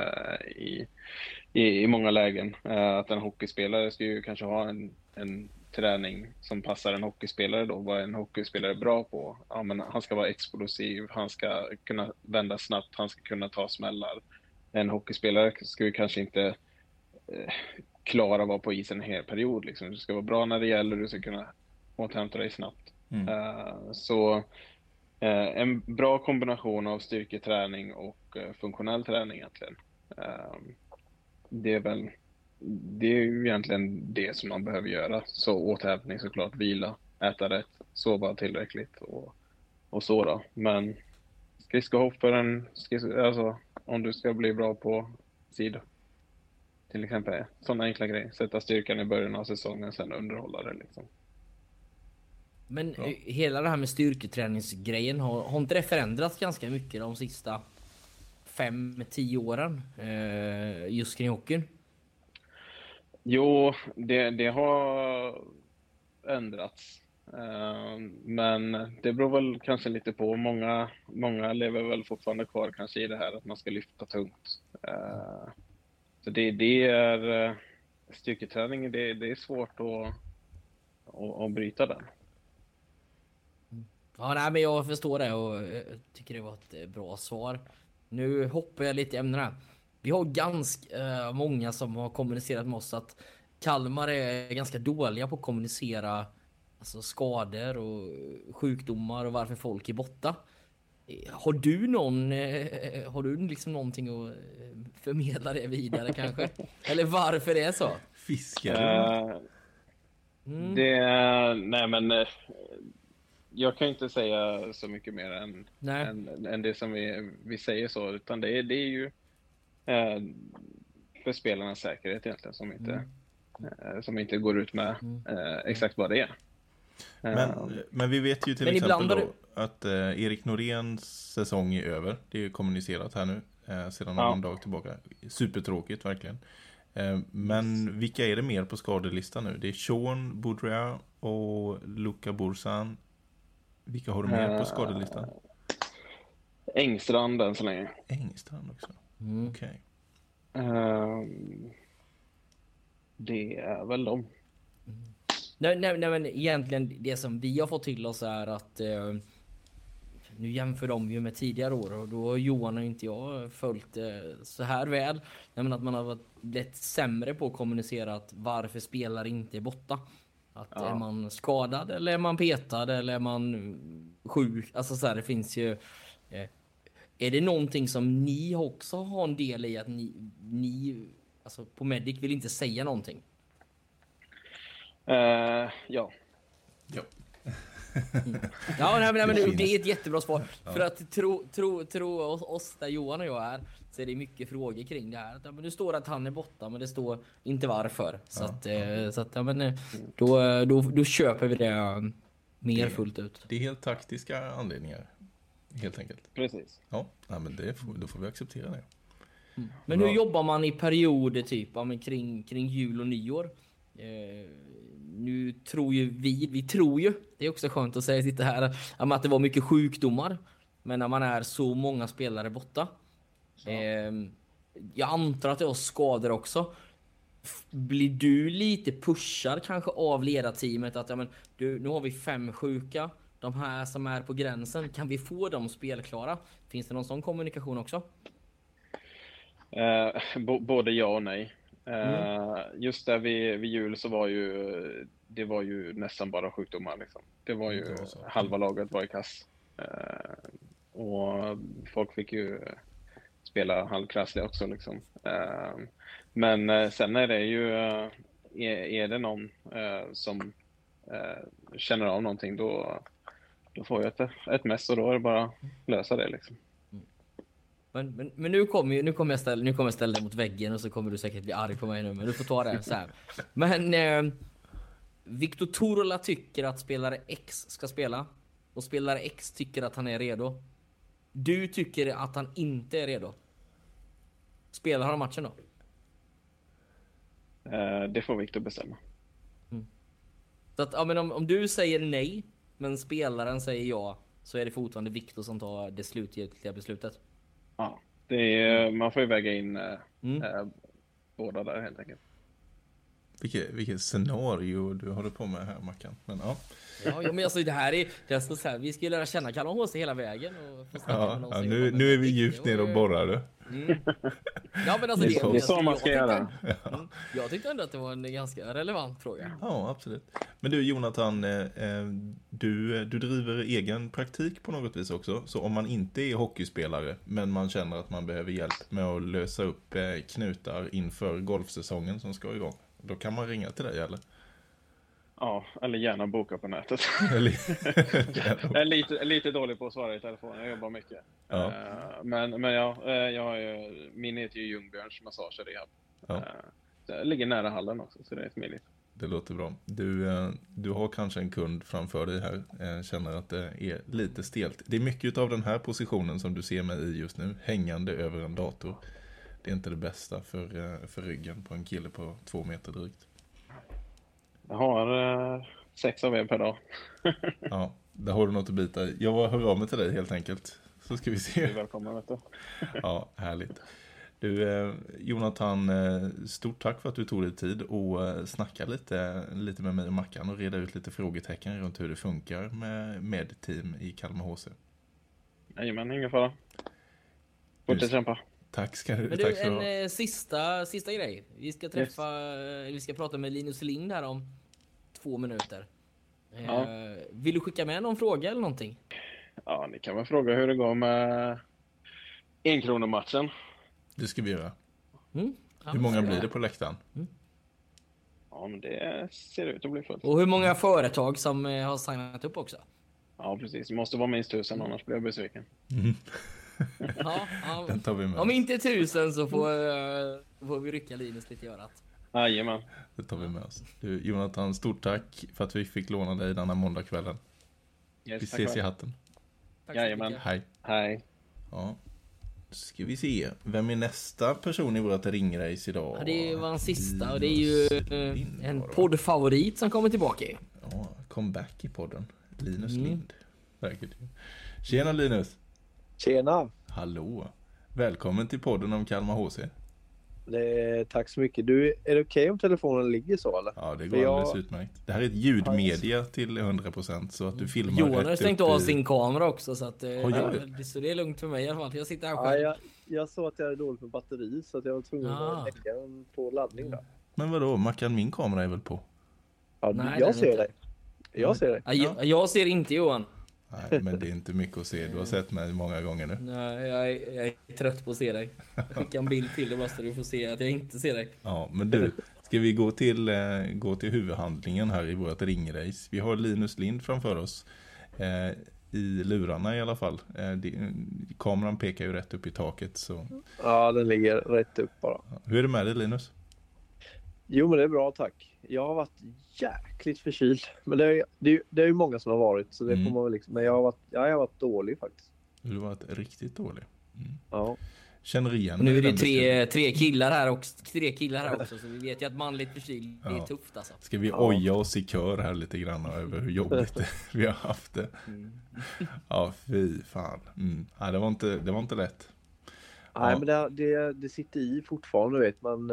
i många lägen. Att en hockeyspelare ska ju kanske ha en träning som passar en hockeyspelare då. Vad är en hockeyspelare är bra på? Ja, men han ska vara explosiv, han ska kunna vända snabbt, han ska kunna ta smällar. En hockeyspelare ska ju kanske inte klara att vara på isen en hel period. Liksom. Du ska vara bra när det gäller, du ska kunna återhämta dig snabbt. Så en bra kombination av styrketräning och funktionell träning egentligen. Det är ju egentligen det som man behöver göra. Så återhämtning såklart, vila, äta rätt, sova tillräckligt och så då. Men skridskohopp alltså om du ska bli bra på sida till exempel, sådana enkla grejer. Sätta styrkan i början av säsongen, sen underhålla det liksom. Men hela det här med styrketräningsgrejen har inte det förändrats ganska mycket de sista 5-10 åren just kring hockeyn? Jo, det har ändrats. Men det beror väl kanske lite på. Många lever väl fortfarande kvar kanske i det här att man ska lyfta tungt. Så det är styrketräning, det är svårt att bryta den. Ja, nej, men jag förstår det och tycker det var ett bra svar. Nu hoppar jag lite i ämnena. Vi har ganska många som har kommunicerat med oss att Kalmar är ganska dåliga på att kommunicera alltså skador och sjukdomar och varför folk är borta. Har du liksom någonting att förmedla det vidare kanske? Eller varför det är så? Fiskar nej men jag kan inte säga så mycket mer än det som vi säger så, utan det är ju för spelarnas säkerhet egentligen som inte går ut med exakt vad det är. Men vi vet ju till exempel då att Erik Noréns säsong är över. Det är kommunicerat här nu sedan någon dag tillbaka. Supertråkigt verkligen. Men vilka är det mer på skadelistan nu? Det är Sean Boudria och Luka Bursan. Vilka har du mer på skadelistan? Engstrand än så länge. Engstrand också. Okej. Det är väl de. Nej, men egentligen det som vi har fått till oss är att nu jämför de ju med tidigare år och då har Johan och inte jag följt så här väl. Men att man har blivit sämre på att kommunicera att varför spelar inte är borta. Att är man skadad eller är man petad eller är man sjuk? Alltså så här, det finns ju... Är det någonting som ni också har en del i att ni alltså på Medic vill inte säga någonting? Ja. Ja. Ja, nej, men det är ett jättebra svar. Ja. För att tro oss där Johan och jag är, så är det mycket frågor kring det här. Ja, men det står att han är borta, men det står inte varför. Så att ja, men då köper vi det mer fullt ut. Det är helt taktiska anledningar, helt enkelt. Precis. Ja, men då får vi acceptera det. Men hur jobbar man i perioder typ kring jul och nyår? Nu tror ju vi tror ju, det är också skönt att säga sitta här, att det var mycket sjukdomar. Men när man är så många spelare borta, jag antar att det var skador också. Blir du lite pushad kanske av ledarteamet att nu har vi 5 sjuka, de här som är på gränsen, kan vi få dem spelklara? Finns det någon sån kommunikation också? Både ja och nej. Just där vid jul så var det var ju nästan bara sjukdomar liksom. Det var ju halva laget var i kass. Och folk fick ju spela halvkrassliga också liksom. Men sen är det ju är det någon som känner av någonting, då får jag ett mess och då är det bara att lösa det liksom. Men nu kommer jag ställa dig mot väggen och så kommer du säkert bli arg på mig nu, men du får ta det så här. Men Viktor Torola tycker att spelare X ska spela och spelare X tycker att han är redo. Du tycker att han inte är redo. Spelar han matchen då? Det får Viktor bestämma. Så att om du säger nej men spelaren säger ja, så är det fortfarande Viktor som tar det slutgiltiga beslutet. Ja, man får ju väga in båda där helt enkelt. Vilket scenario du håller på med här, Mackan. Men Ja, men alltså det är så här, vi ska ju lära känna Kalle Håse hela vägen och nu är vi djupt ner och borrar. Ja, men alltså det är så man ska göra. Jag tyckte ändå att det var en ganska relevant fråga. Ja, absolut. Men du Jonathan, du driver egen praktik på något vis också. Så om man inte är hockeyspelare men man känner att man behöver hjälp med att lösa upp knutar inför golfsäsongen som ska igång, då kan man ringa till dig, eller? Ja, eller gärna boka på nätet. Jag är lite dålig på att svara i telefon, jag jobbar mycket. Ja. Men min heter ju Ljungbjörns Massage Rehab. Ja. Det ligger nära hallen också, så det är smidigt. Det låter bra. Du har kanske en kund framför dig här, känner att det är lite stelt. Det är mycket av den här positionen som du ser mig i just nu, hängande över en dator. Det är inte det bästa för ryggen på en kille på 2 meter drygt. Jag har 6 av er per dag. Ja, där har du något att bita i. Jag hör av mig till dig helt enkelt. Så ska vi se. Du är välkommen, vet du. Ja, härligt. Du, Jonathan, stort tack för att du tog dig tid och snacka lite med mig och Mackan och reda ut lite frågetecken runt hur det funkar med team i Kalmar HC. Jajamän, ingen fara. Fortsätt kämpa. Tack ska du. Men tack du, en sista grej. Vi ska prata med Linus Lind här om 2 minuter. Ja. Vill du skicka med någon fråga eller någonting? Ja, ni kan väl fråga hur det går med 1-kronomatchen. Det ska vi göra. Ja, hur många blir det på läktaren? Ja, men det ser ut att bli fullt. Och hur många företag som har signat upp också? Ja, precis. Det måste vara minst 1000, annars blir jag besviken. Ja. Den tar vi med. Om inte 1000 så får vi rycka Linus lite i örat. Jajamän. Det tar vi med oss. Du, Jonathan, stort tack för att vi fick låna dig denna måndagskvällen. Yes, vi ses i hatten. Jajamän. Hej. Ja. Ska vi se. Vem är nästa person i vårt ringrace idag? Ja, det var en sista och det är ju en poddfavorit som kommer tillbaka. Ja, comeback i podden. Linus Lind. Verkligen. Tjena Linus. Tjena. Hallå. Välkommen till podden om Kalmar HC. Tack så mycket. Du, är det okej om telefonen ligger så eller? Ja, det går alldeles utmärkt. Det här är ett ljudmedia till 100% så att du filmar Johan har stängt av i... sin kamera också så att så det är lugnt för mig i alla fall. Jag sitter här själv. Ja, jag såg att jag är dålig med batteri så att jag var tvungen att lägga den på laddning där. Men vadå, Mackan, min kamera är väl på? Ja, Nej, jag ser inte. dig. Jag ser dig. Jag ser inte Johan. Nej, men det är inte mycket att se. Du har sett mig många gånger nu. Nej, jag är trött på att se dig. Jag skickar en bild till dig bara så du får se att jag inte ser dig. Ja, men du, ska vi gå till huvudhandlingen här i vårt ringrace. Vi har Linus Lind framför oss. I lurarna i alla fall. Kameran pekar ju rätt upp i taket. Så. Ja, den ligger rätt upp bara. Hur är det med dig, Linus? Jo, men det är bra, tack. Jag har varit jäkligt förkyld. Men det är ju många som har varit. Så det får man väl liksom. Men jag har varit dålig faktiskt. Du har varit riktigt dålig. Ja. Känner igen. Och nu är det tre killar här också. Så vi vet ju att manligt förkyld är tufft alltså. Ska vi oja oss i kör här lite grann över hur jobbigt vi har haft det. Ja, fy fan. Ja, det var inte lätt. Nej, men det sitter i fortfarande, vet man.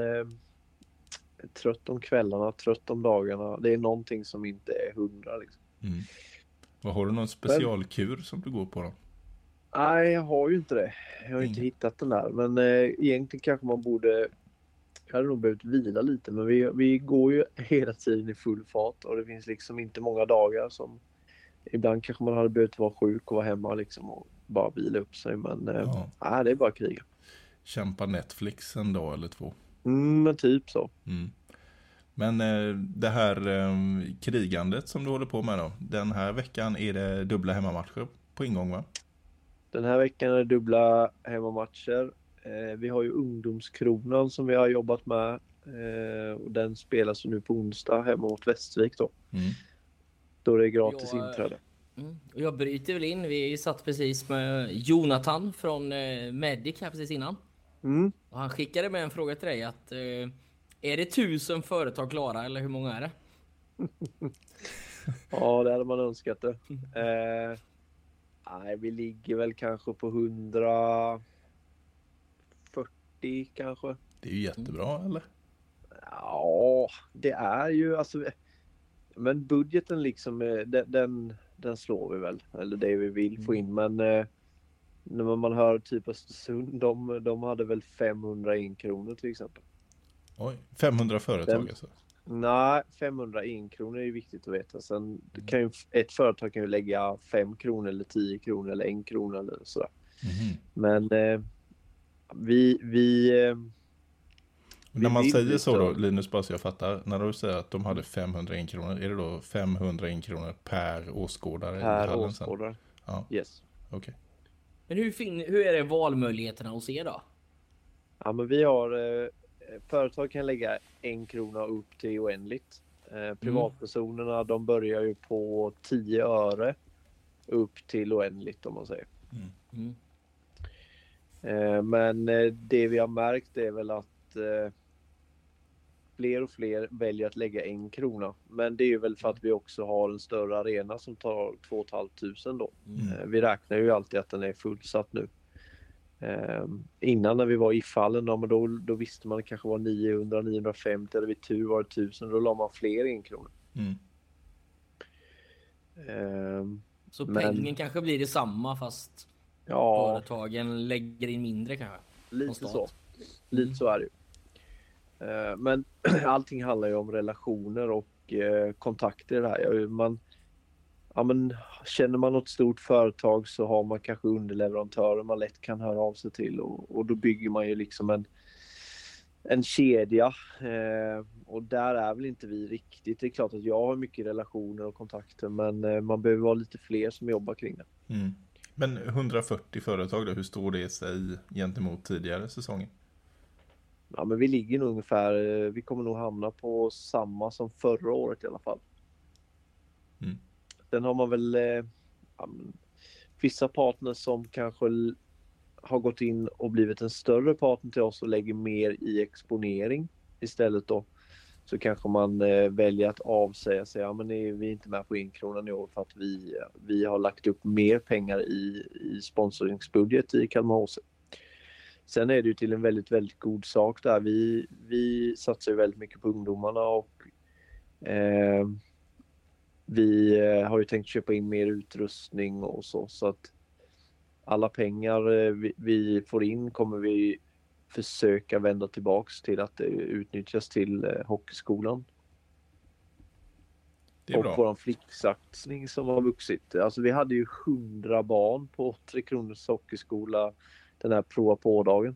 Trött om kvällarna, trött om dagarna. Det är någonting som inte är 100 liksom. Vad har du någon specialkur som du går på då? Nej, jag har ju inte det. Jag har inte hittat den där. Men egentligen kanske man borde... Jag hade nog behövt vila lite. Men vi går ju hela tiden i full fart. Och det finns liksom inte många dagar som... Ibland kanske man hade behövt vara sjuk och vara hemma liksom och bara vila upp sig. Men nej, det är bara kriga. Kämpa Netflix en dag eller två. Men typ så. Men det här krigandet som du håller på med då. Den här veckan är det dubbla hemmamatcher på ingång, va? Den här veckan är det dubbla hemmamatcher. Vi har ju ungdomskronan som vi har jobbat med. Och den spelas nu på onsdag hemma mot Västervik då. Då är det gratis inträde. Och jag bryter väl in. Vi satt precis med Jonathan från Medic här precis innan. Och han skickade med en fråga till dig att är det 1000 företag klara eller hur många är det? Ja, det hade man önskat det. Nej, vi ligger väl kanske på 140 kanske. Det är ju jättebra, eller? Ja, det är ju alltså... Men budgeten liksom, den slår vi väl. Eller det vi vill få in. Men när man hör typ Östersund, de hade väl 501 kronor till exempel. Oj, 500 företag alltså? Nej, 501 kronor är ju viktigt att veta. Sen kan ju, ett företag kan ju lägga 5 kronor eller 10 kronor eller 1 krona eller sådär. Men när man säger så då, Linus, bara så jag fattar. När du säger att de hade 501 kronor, är det då 501 kronor per åskådare? Per åskådare, ja. Yes. Okay. Men hur är det valmöjligheterna hos er då? Ja, men vi har... företag kan lägga 1 krona upp till oändligt. Privatpersonerna, de börjar ju på 10 öre upp till oändligt om man säger. Men det vi har märkt är väl att fler och fler väljer att lägga 1 krona. Men det är ju väl för att vi också har en större arena som tar 2 500 då. Vi räknar ju alltid att den är fullsatt nu. Innan när vi var i fallen då visste man att det kanske var 900, 950 eller vid tur var det 1000. Då la man fler 1 kronor. Så pengen kanske blir detsamma fast företagen lägger in mindre kanske? Lite så är det ju. Men allting handlar ju om relationer och kontakter i det här. Känner man något stort företag så har man kanske underleverantörer man lätt kan höra av sig till och då bygger man ju liksom en kedja och där är väl inte vi riktigt. Det är klart att jag har mycket relationer och kontakter men man behöver vara lite fler som jobbar kring det. Men 140 företag då, hur står det sig gentemot tidigare säsonger? Ja, men vi ligger nog ungefär, vi kommer nog hamna på samma som förra året i alla fall. Sen har man väl vissa partners som kanske har gått in och blivit en större partner till oss och lägger mer i exponering istället då. Så kanske man väljer att avsäga sig, ja men vi är inte med på 1 krona i år för att vi har lagt upp mer pengar i sponsoringsbudget i Kalmar HC. Sen är det ju till en väldigt, väldigt god sak där. Vi satsar ju väldigt mycket på ungdomarna och vi har ju tänkt köpa in mer utrustning och så att alla pengar vi får in kommer vi försöka vända tillbaks till att det utnyttjas till hockeyskolan. Och vår flicksatsning som har vuxit. Alltså vi hade ju 100 barn på 3 Kronors hockeyskola den här prova på-dagen.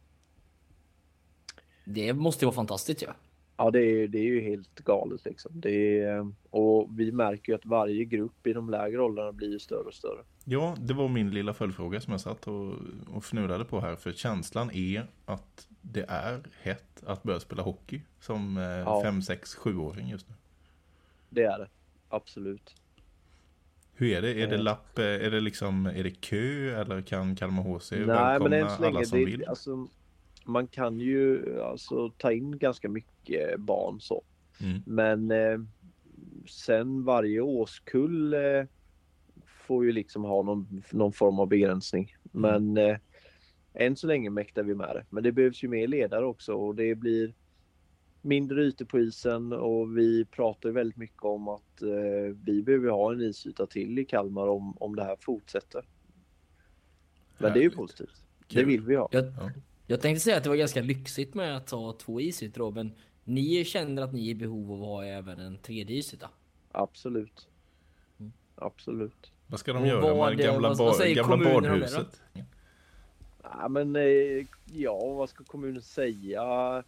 Det måste ju vara fantastiskt ju. Ja. Ja, det är ju helt galet liksom. Och vi märker ju att varje grupp i de lägre åldrarna blir ju större och större. Ja, det var min lilla följdfråga som jag satt och fnurrade på här. För känslan är att det är hett att börja spela hockey som 5, 6, 7-åring just nu. Det är det, absolut. Hur är det? Är det lapp? Är det kö? Eller kan Kalmar HC välkomna alla som vill? Alltså, man kan ju ta in ganska mycket barn så. Men sen varje årskull får ju liksom ha någon form av begränsning. Men än så länge mäktar vi med det. Men det behövs ju mer ledare också och det blir mindre ytor på isen och vi pratar ju väldigt mycket om att vi behöver ha en isyta till i Kalmar om det här fortsätter. Men det är ju positivt. Kul. Det vill vi ha. Jag tänkte säga att det var ganska lyxigt med att ta 2 isytor, men ni känner att ni är i behov av att ha även en 3:e isyta? Absolut. Absolut. Vad ska de göra med gamla badhuset? Ja, men vad ska kommunen säga?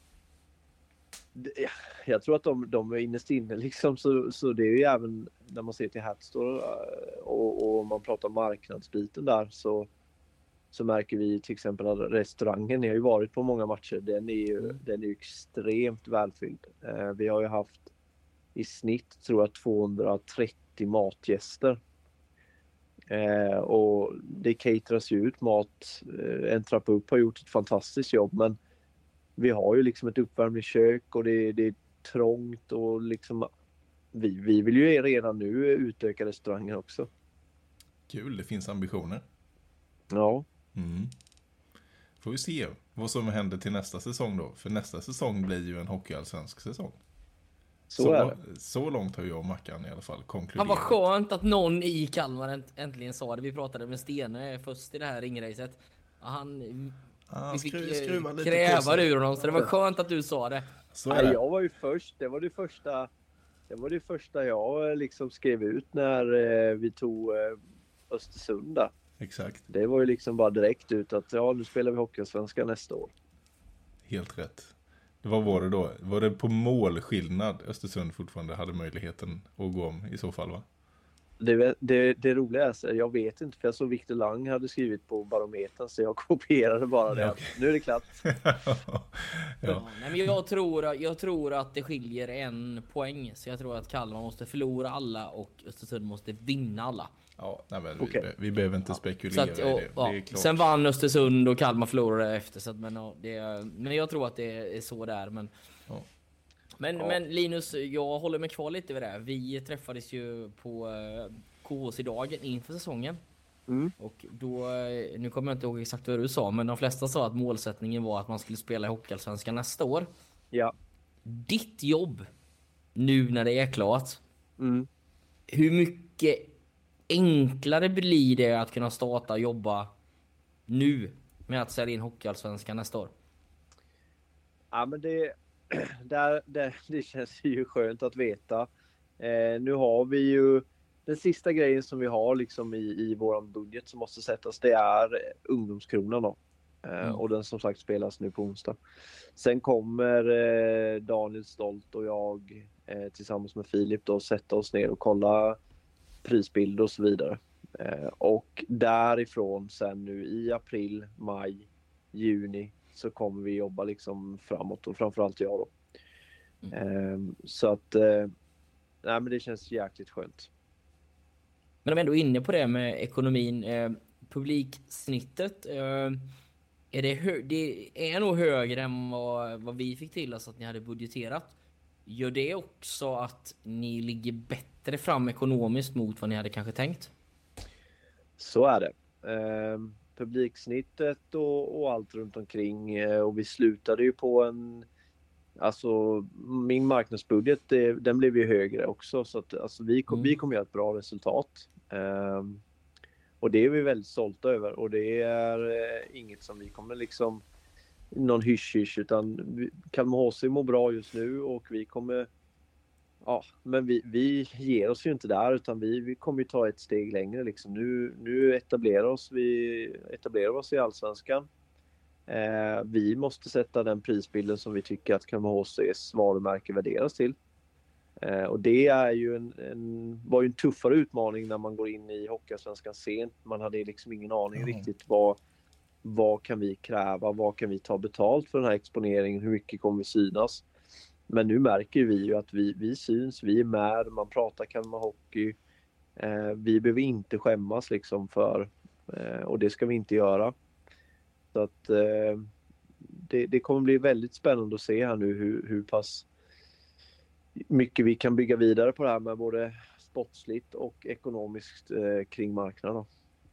Jag tror att de är innerst inne liksom, så det är ju även när man ser till Hatstore och man pratar marknadsbiten där så märker vi till exempel att restaurangen, ni har ju varit på många matcher, den är ju extremt välfylld. Vi har ju haft i snitt tror jag 230 matgäster. Och det cateras ju ut mat. En trappa upp har gjort ett fantastiskt jobb, men vi har ju liksom ett uppvärmningskök och det är trångt och liksom vi vill ju redan nu utöka restaurangen också. Kul, det finns ambitioner. Ja. Får vi se vad som händer till nästa säsong då. För nästa säsong blir ju en hockeyallsvensk säsong. Så långt har jag och Mackan i alla fall konkluderat. Vad skönt att någon i Kalmar äntligen sa det. Vi pratade med Stene först i det här ringracet. Vi fick kräva ur honom, så det var skönt att du sa det. Jag var ju först. Det var det första jag liksom skrev ut när vi tog Östersund där. Exakt. Det var ju liksom bara direkt ut att nu spelar vi hockeyallsvenska nästa år. Helt rätt. Vad var det då? Var det på målskillnad Östersund fortfarande hade möjligheten att gå om i så fall, va? Det roliga är, jag vet inte, för jag såg Victor Lang hade skrivit på barometern så jag kopierade bara det. Okay. Nu är det klart. Nej, men jag tror att det skiljer 1 poäng. Så jag tror att Kalmar måste förlora alla och Östersund måste vinna alla. Ja, nej, men vi behöver inte spekulera i det. Det är klart. Sen vann Östersund och Kalmar förlorade efter. Så att, men jag tror att det är så där. Men Linus, jag håller mig kvar lite vid det här. Vi träffades ju på KHC-dagen inför säsongen. Och då, nu kommer jag inte ihåg exakt vad du sa, men de flesta sa att målsättningen var att man skulle spela i hockeyallsvenskan nästa år. Ja. Ditt jobb nu när det är klart. Hur mycket enklare blir det att kunna starta och jobba nu med att sälja in hockeyallsvenskan nästa år? Ja, men det känns ju skönt att veta. Nu har vi ju den sista grejen som vi har liksom i våran budget som måste sättas, det är ungdomskronan då. Och den som sagt spelas nu på onsdag. Sen kommer Daniel Stolt och jag tillsammans med Filip då sätta oss ner och kolla prisbild och så vidare. Och därifrån sen nu i april, maj, juni så kommer vi jobba liksom framåt och framförallt jag då. Så att nej, men det känns jäkligt skönt. Men om jag ändå är inne på det med ekonomin, publiksnittet, det är nog högre än vad vi fick till oss att ni hade budgeterat. Gör det också att ni ligger bättre fram ekonomiskt mot vad ni hade kanske tänkt? Så är det. publiksnittet och allt runt omkring. Och vi slutade ju på alltså min marknadsbudget, den blev ju högre också. Så att alltså, vi kommer göra ett bra resultat. Och det är vi väldigt stolta över. Och det är inget som vi kommer liksom någon hysch utan Kalmar HC mår bra just nu och vi kommer men vi ger oss ju inte där utan vi kommer ju ta ett steg längre liksom. Nu etablerar vi oss i Allsvenskan. Vi måste sätta den prisbilden som vi tycker att Kalmar HC:s varumärke värderas till. Och det är ju var ju en tuffare utmaning när man går in i Hockeyallsvenskan sent. Man hade liksom ingen aning riktigt vad kan vi kräva, vad kan vi ta betalt för den här exponeringen, hur mycket kommer vi synas. Men nu märker vi ju att vi syns, vi är med, man pratar Kalmar Hockey. Vi behöver inte skämmas liksom och det ska vi inte göra. Så att det kommer bli väldigt spännande att se här nu hur pass mycket vi kan bygga vidare på det här med både sportsligt och ekonomiskt kring marknaden.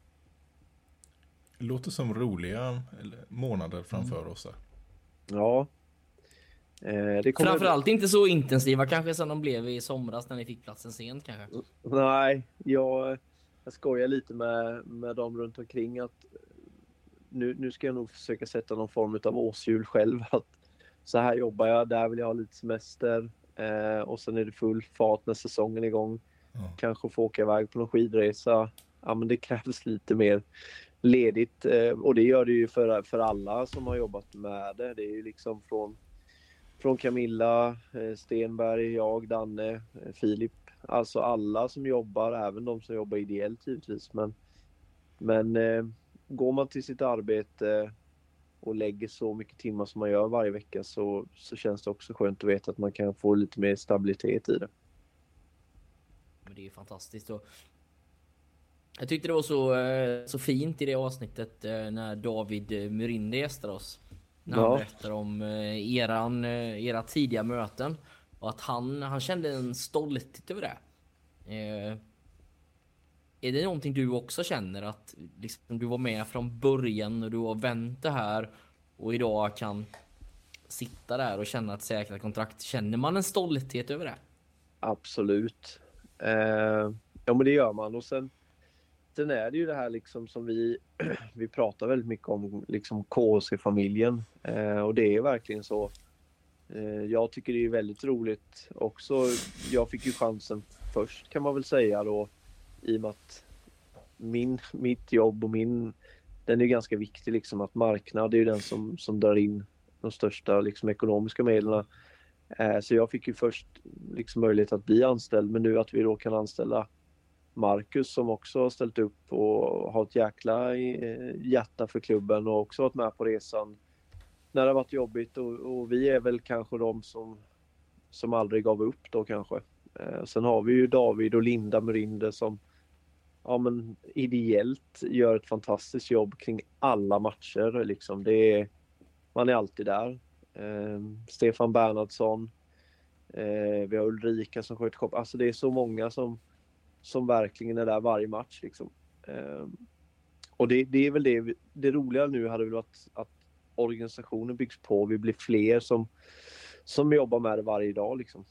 Det låter som roliga månader framför oss här. Ja. Framförallt inte så intensiva kanske som de blev i somras när ni fick platsen sent kanske. Nej, jag skojar lite med dem runt omkring att nu ska jag nog försöka sätta någon form av årshjul själv. Att så här jobbar jag, där vill jag ha lite semester och sen är det full fart när säsongen är igång. Kanske få åka iväg på någon skidresa. Ja, men det krävs lite mer ledigt och det gör det ju för alla som har jobbat med det. Det är ju liksom från Camilla, Stenberg, jag, Danne, Filip. Alltså alla som jobbar, även de som jobbar ideellt givetvis. Men går man till sitt arbete och lägger så mycket timmar som man gör varje vecka så känns det också skönt att veta att man kan få lite mer stabilitet i det. Men det är ju fantastiskt. Och jag tyckte det var så fint i det avsnittet när David Murinder gästade oss. När han berättar om era tidiga möten. Och att han kände en stolthet över det. Är det någonting du också känner? Att liksom, du var med från början och du har vänt det här. Och idag kan sitta där och känna ett säkert kontrakt. Känner man en stolthet över det? Absolut. Ja, men det gör man. Och sen är det ju det här liksom som vi pratar väldigt mycket om, liksom KHC-familjen. Och det är verkligen så. Jag tycker det är väldigt roligt också. Jag fick ju chansen först kan man väl säga då. I och med att mitt jobb och den är ganska viktig liksom, att marknad är ju den som drar in de största liksom, ekonomiska medlen. Så jag fick ju först liksom, möjlighet att bli anställd, men nu att vi då kan anställa Marcus som också har ställt upp och har ett jäkla hjärta för klubben och också varit med på resan när det har varit jobbigt och vi är väl kanske de som aldrig gav upp då kanske. Sen har vi ju David och Linda Murinder som ideellt gör ett fantastiskt jobb kring alla matcher. Liksom. Man är alltid där. Stefan Bernhardsson. Vi har Ulrika som sköter kopp. Alltså det är så många som verkligen är där varje match. Liksom. Och det är väl det roliga nu hade väl varit att organisationen byggs på. Vi blir fler som jobbar med det varje dag. Liksom.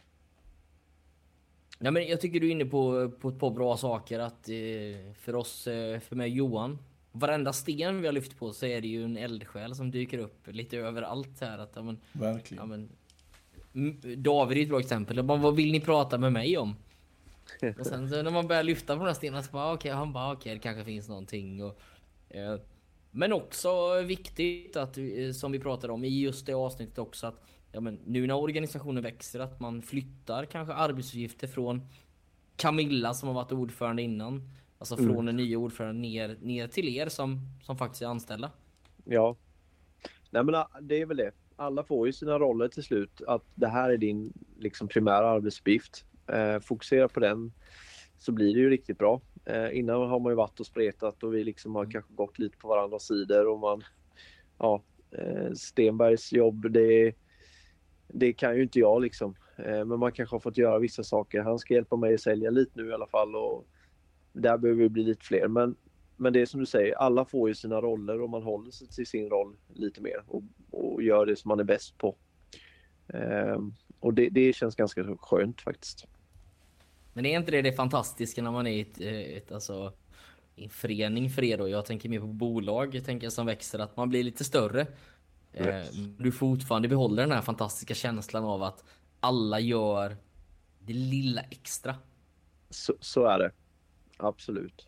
Ja, men jag tycker du är inne på ett par bra saker. Att för mig Johan, varenda sten vi har lyft på så är det ju en eldsjäl som dyker upp lite överallt här. Att, verkligen. David är ett bra exempel. Vad vill ni prata med mig om? Och sen så när man börjar lyfta på den här stenen så bara okej, det kanske finns någonting. Men också viktigt att, som vi pratade om i just det avsnittet också, att nu när organisationen växer, att man flyttar kanske arbetsuppgifter från Camilla som har varit ordförande innan. Alltså från den nya ordföranden ner till er som faktiskt är anställda. Ja. Nej, men det är väl det. Alla får ju sina roller till slut. Att det här är din liksom, primära arbetsuppgift. Fokusera på den så blir det ju riktigt bra. Innan har man ju varit och spretat och vi liksom har kanske gått lite på varandras sidor. Och Stenbergs jobb, det kan ju inte jag liksom. Men man kanske har fått göra vissa saker. Han ska hjälpa mig att sälja lite nu i alla fall. Och där behöver vi bli lite fler. Men men det är som du säger, alla får ju sina roller och man håller sig till sin roll lite mer och gör det som man är bäst på. Och det känns ganska skönt faktiskt. Men är inte det fantastiska när man är i en förening för er då? Jag tänker mer på bolag, jag tänker som växer, att man blir lite större. Du fortfarande behåller den här fantastiska känslan av att alla gör det lilla extra. Så är det. Absolut.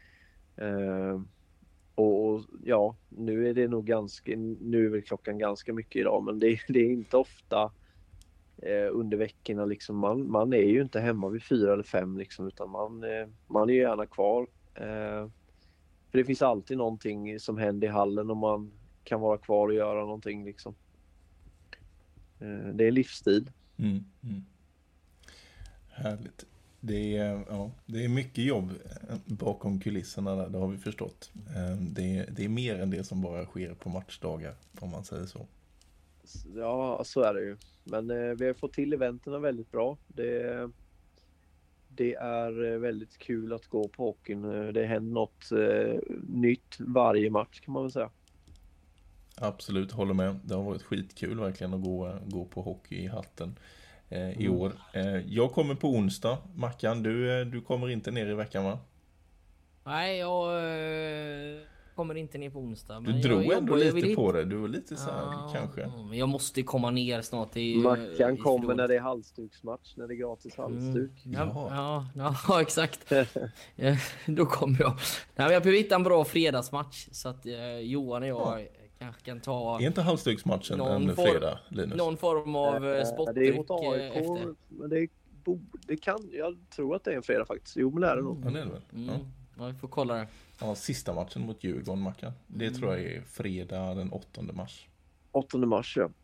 Och ja, nu är det nog nu är väl klockan ganska mycket idag, men det är inte ofta under veckorna liksom. Man är ju inte hemma vid 4 eller 5 liksom, utan man är ju gärna kvar. För det finns alltid någonting som händer i hallen och man kan vara kvar och göra någonting liksom. Det är livsstil. Härligt. Det är mycket jobb bakom kulisserna där, det har vi förstått. Det är mer än det som bara sker på matchdagar, om man säger så. Ja, så är det ju. Men vi har fått till eventerna väldigt bra. Det är väldigt kul att gå på hockeyn. Det händer något nytt varje match, kan man väl säga. Absolut, håller med. Det har varit skitkul verkligen att gå på hockey i hatten i år. Jag kommer på onsdag. Mackan, du kommer inte ner i veckan, va? Nej, jag kommer inte ner på onsdag. Du drog ändå lite på det. Du var lite så här, kanske. Jag måste komma ner snart. Mackan kommer när det är halsduksmatch, när det är gratis halsduk. Ja, exakt. Då kommer jag. Nej, jag behöver hitta en bra fredagsmatch så att Johan och jag kanske kan ta... Är inte halsduksmatchen en fredag, Linus? Någon form av sportdryck det är mot AIK, efter. Men jag tror att det är en fredag faktiskt. Jo, men det är det nog. Ja, det är det väl. Ja, vi får kolla det. Ja, sista matchen mot Djurgården, Mackan. Det tror jag är fredag den 8 mars. 8 mars, ja.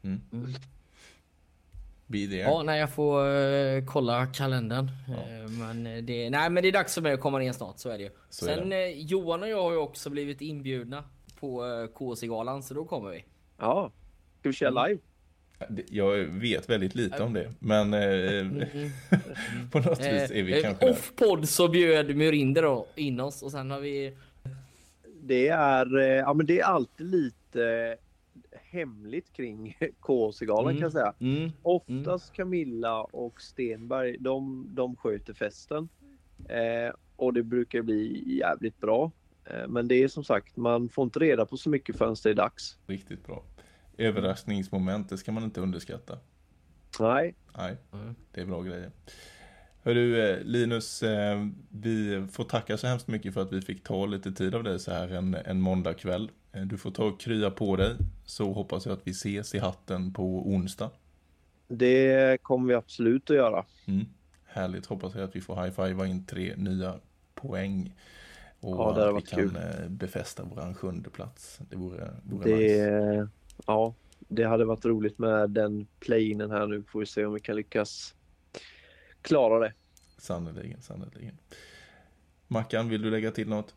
Be there. Ja, nej, jag får kolla kalendern. Men det är dags för mig att komma ner snart, så är det ju. Sen Johan och jag har ju också blivit inbjudna på KC-galan, så då kommer vi. Ja, ska vi köra live? Jag vet väldigt lite om det, men på något vis är vi kanske off-podd så bjöd Murinder då in oss och sen har vi... Det är alltid lite hemligt kring KC-galan kan jag säga. Oftast Camilla och Stenberg, de sköter festen. Och det brukar bli jävligt bra. Men det är som sagt, man får inte reda på så mycket förrän det är dags. Riktigt bra. Överraskningsmoment, det ska man inte underskatta. Nej. Det är bra grejer. Hörru Linus, vi får tacka så hemskt mycket för att vi fick ta lite tid av dig så här en måndagkväll. Du får ta och krya på dig, så hoppas jag att vi ses i hatten på onsdag. Det kommer vi absolut att göra. Härligt, hoppas jag att vi får high-fiva in 3 nya poäng. Och ja, det att vi kan kul. Befästa våran 7:e plats. Det vore nice. Ja, det hade varit roligt med den play-inen här nu. Får vi se om vi kan lyckas klara det. Sannoliken. Mackan, vill du lägga till något?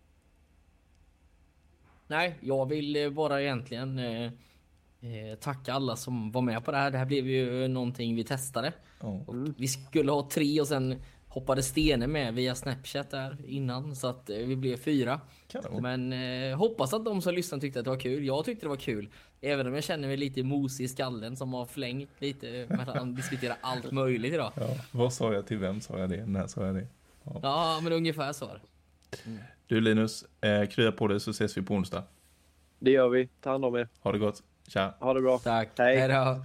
Nej, jag vill bara egentligen tacka alla som var med på det här. Det här blev ju någonting vi testade. Och vi skulle ha 3 och sen hoppade Stene med via Snapchat där innan, så att vi blev 4. Men hoppas att de som lyssnade tyckte att det var kul. Jag tyckte det var kul. Även om jag känner mig lite mosig i skallen som har flängt lite mellan diskutera allt möjligt idag. Ja, vad sa jag till vem sa jag det? När sa jag det? Ja, men ungefär så. Du Linus, krya på dig så ses vi på onsdag. Det gör vi. Ta hand om er. Ha det gott. Tja. Ha det bra. Tack. Hej då.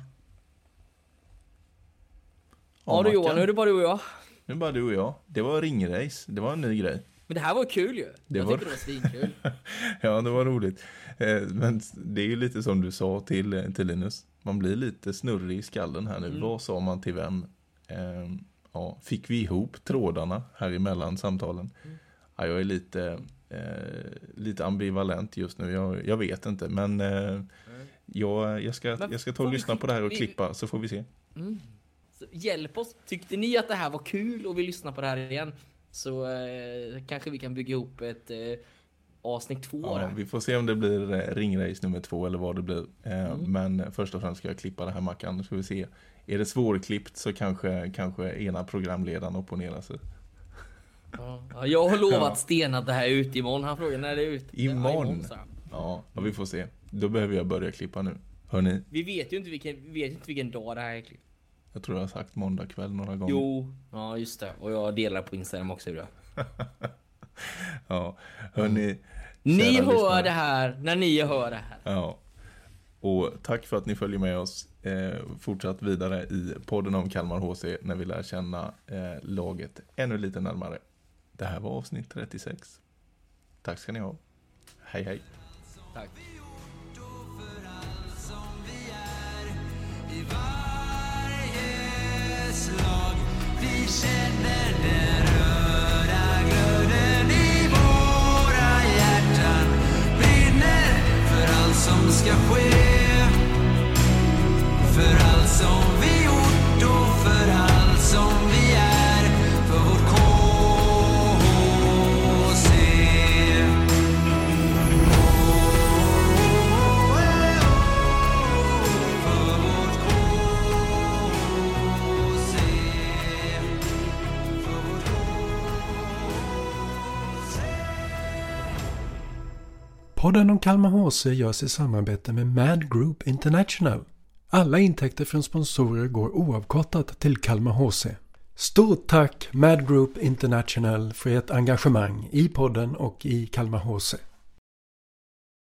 Ja du Johan, nu är det bara du och jag. Nu är bara du och jag. Det var ringrace. Det var en ny grej. Men det här var kul ju. Jag tycker det var svinkul. Ja, det var roligt. Men det är ju lite som du sa till Linus. Man blir lite snurrig i skallen här nu. Vad sa man till vem? Fick vi ihop trådarna här emellan samtalen? Ja, jag är lite ambivalent just nu. Jag vet inte. Men jag ska ta och lyssna på det här och klippa, så får vi se. Så hjälp oss. Tyckte ni att det här var kul och vill lyssna på det här igen, så kanske vi kan bygga ihop ett avsnitt 2. Ja, vi får se om det blir ringrace nummer 2 eller vad det blir. Men först och främst ska jag klippa det här, Mackan. Nu ska vi se. Är det svårklippt så kanske ena programledaren opponerar sig. Ja, jag har lovat Sten att det här är ute imorgon. Han frågar när det är ute. Imorgon? Ja, vi får se. Då behöver jag börja klippa nu. Hörrni? Vi vet ju inte vilken dag det här är klippt. Jag tror jag har sagt måndag kväll några gånger. Jo, ja just det. Och jag delar på Instagram också. Ja, hörni. Ni hör det här när ni hör det här. Ja. Och tack för att ni följer med oss fortsatt vidare i podden om Kalmar HC när vi lär känna laget ännu lite närmare. Det här var avsnitt 36. Tack ska ni ha. Hej hej. Tack. I varje slag vi känner den röda glöden i våra hjärtan brinner för allt som ska ske, för allt som vi gjort och för allt som vi är, för vårt KHC. Podden om Kalmar HC görs i samarbete med Mad Group International. Alla intäkter från sponsorer går oavkortat till Kalmar HC. Stort tack Mad Group International för ert engagemang i podden och i Kalmar HC.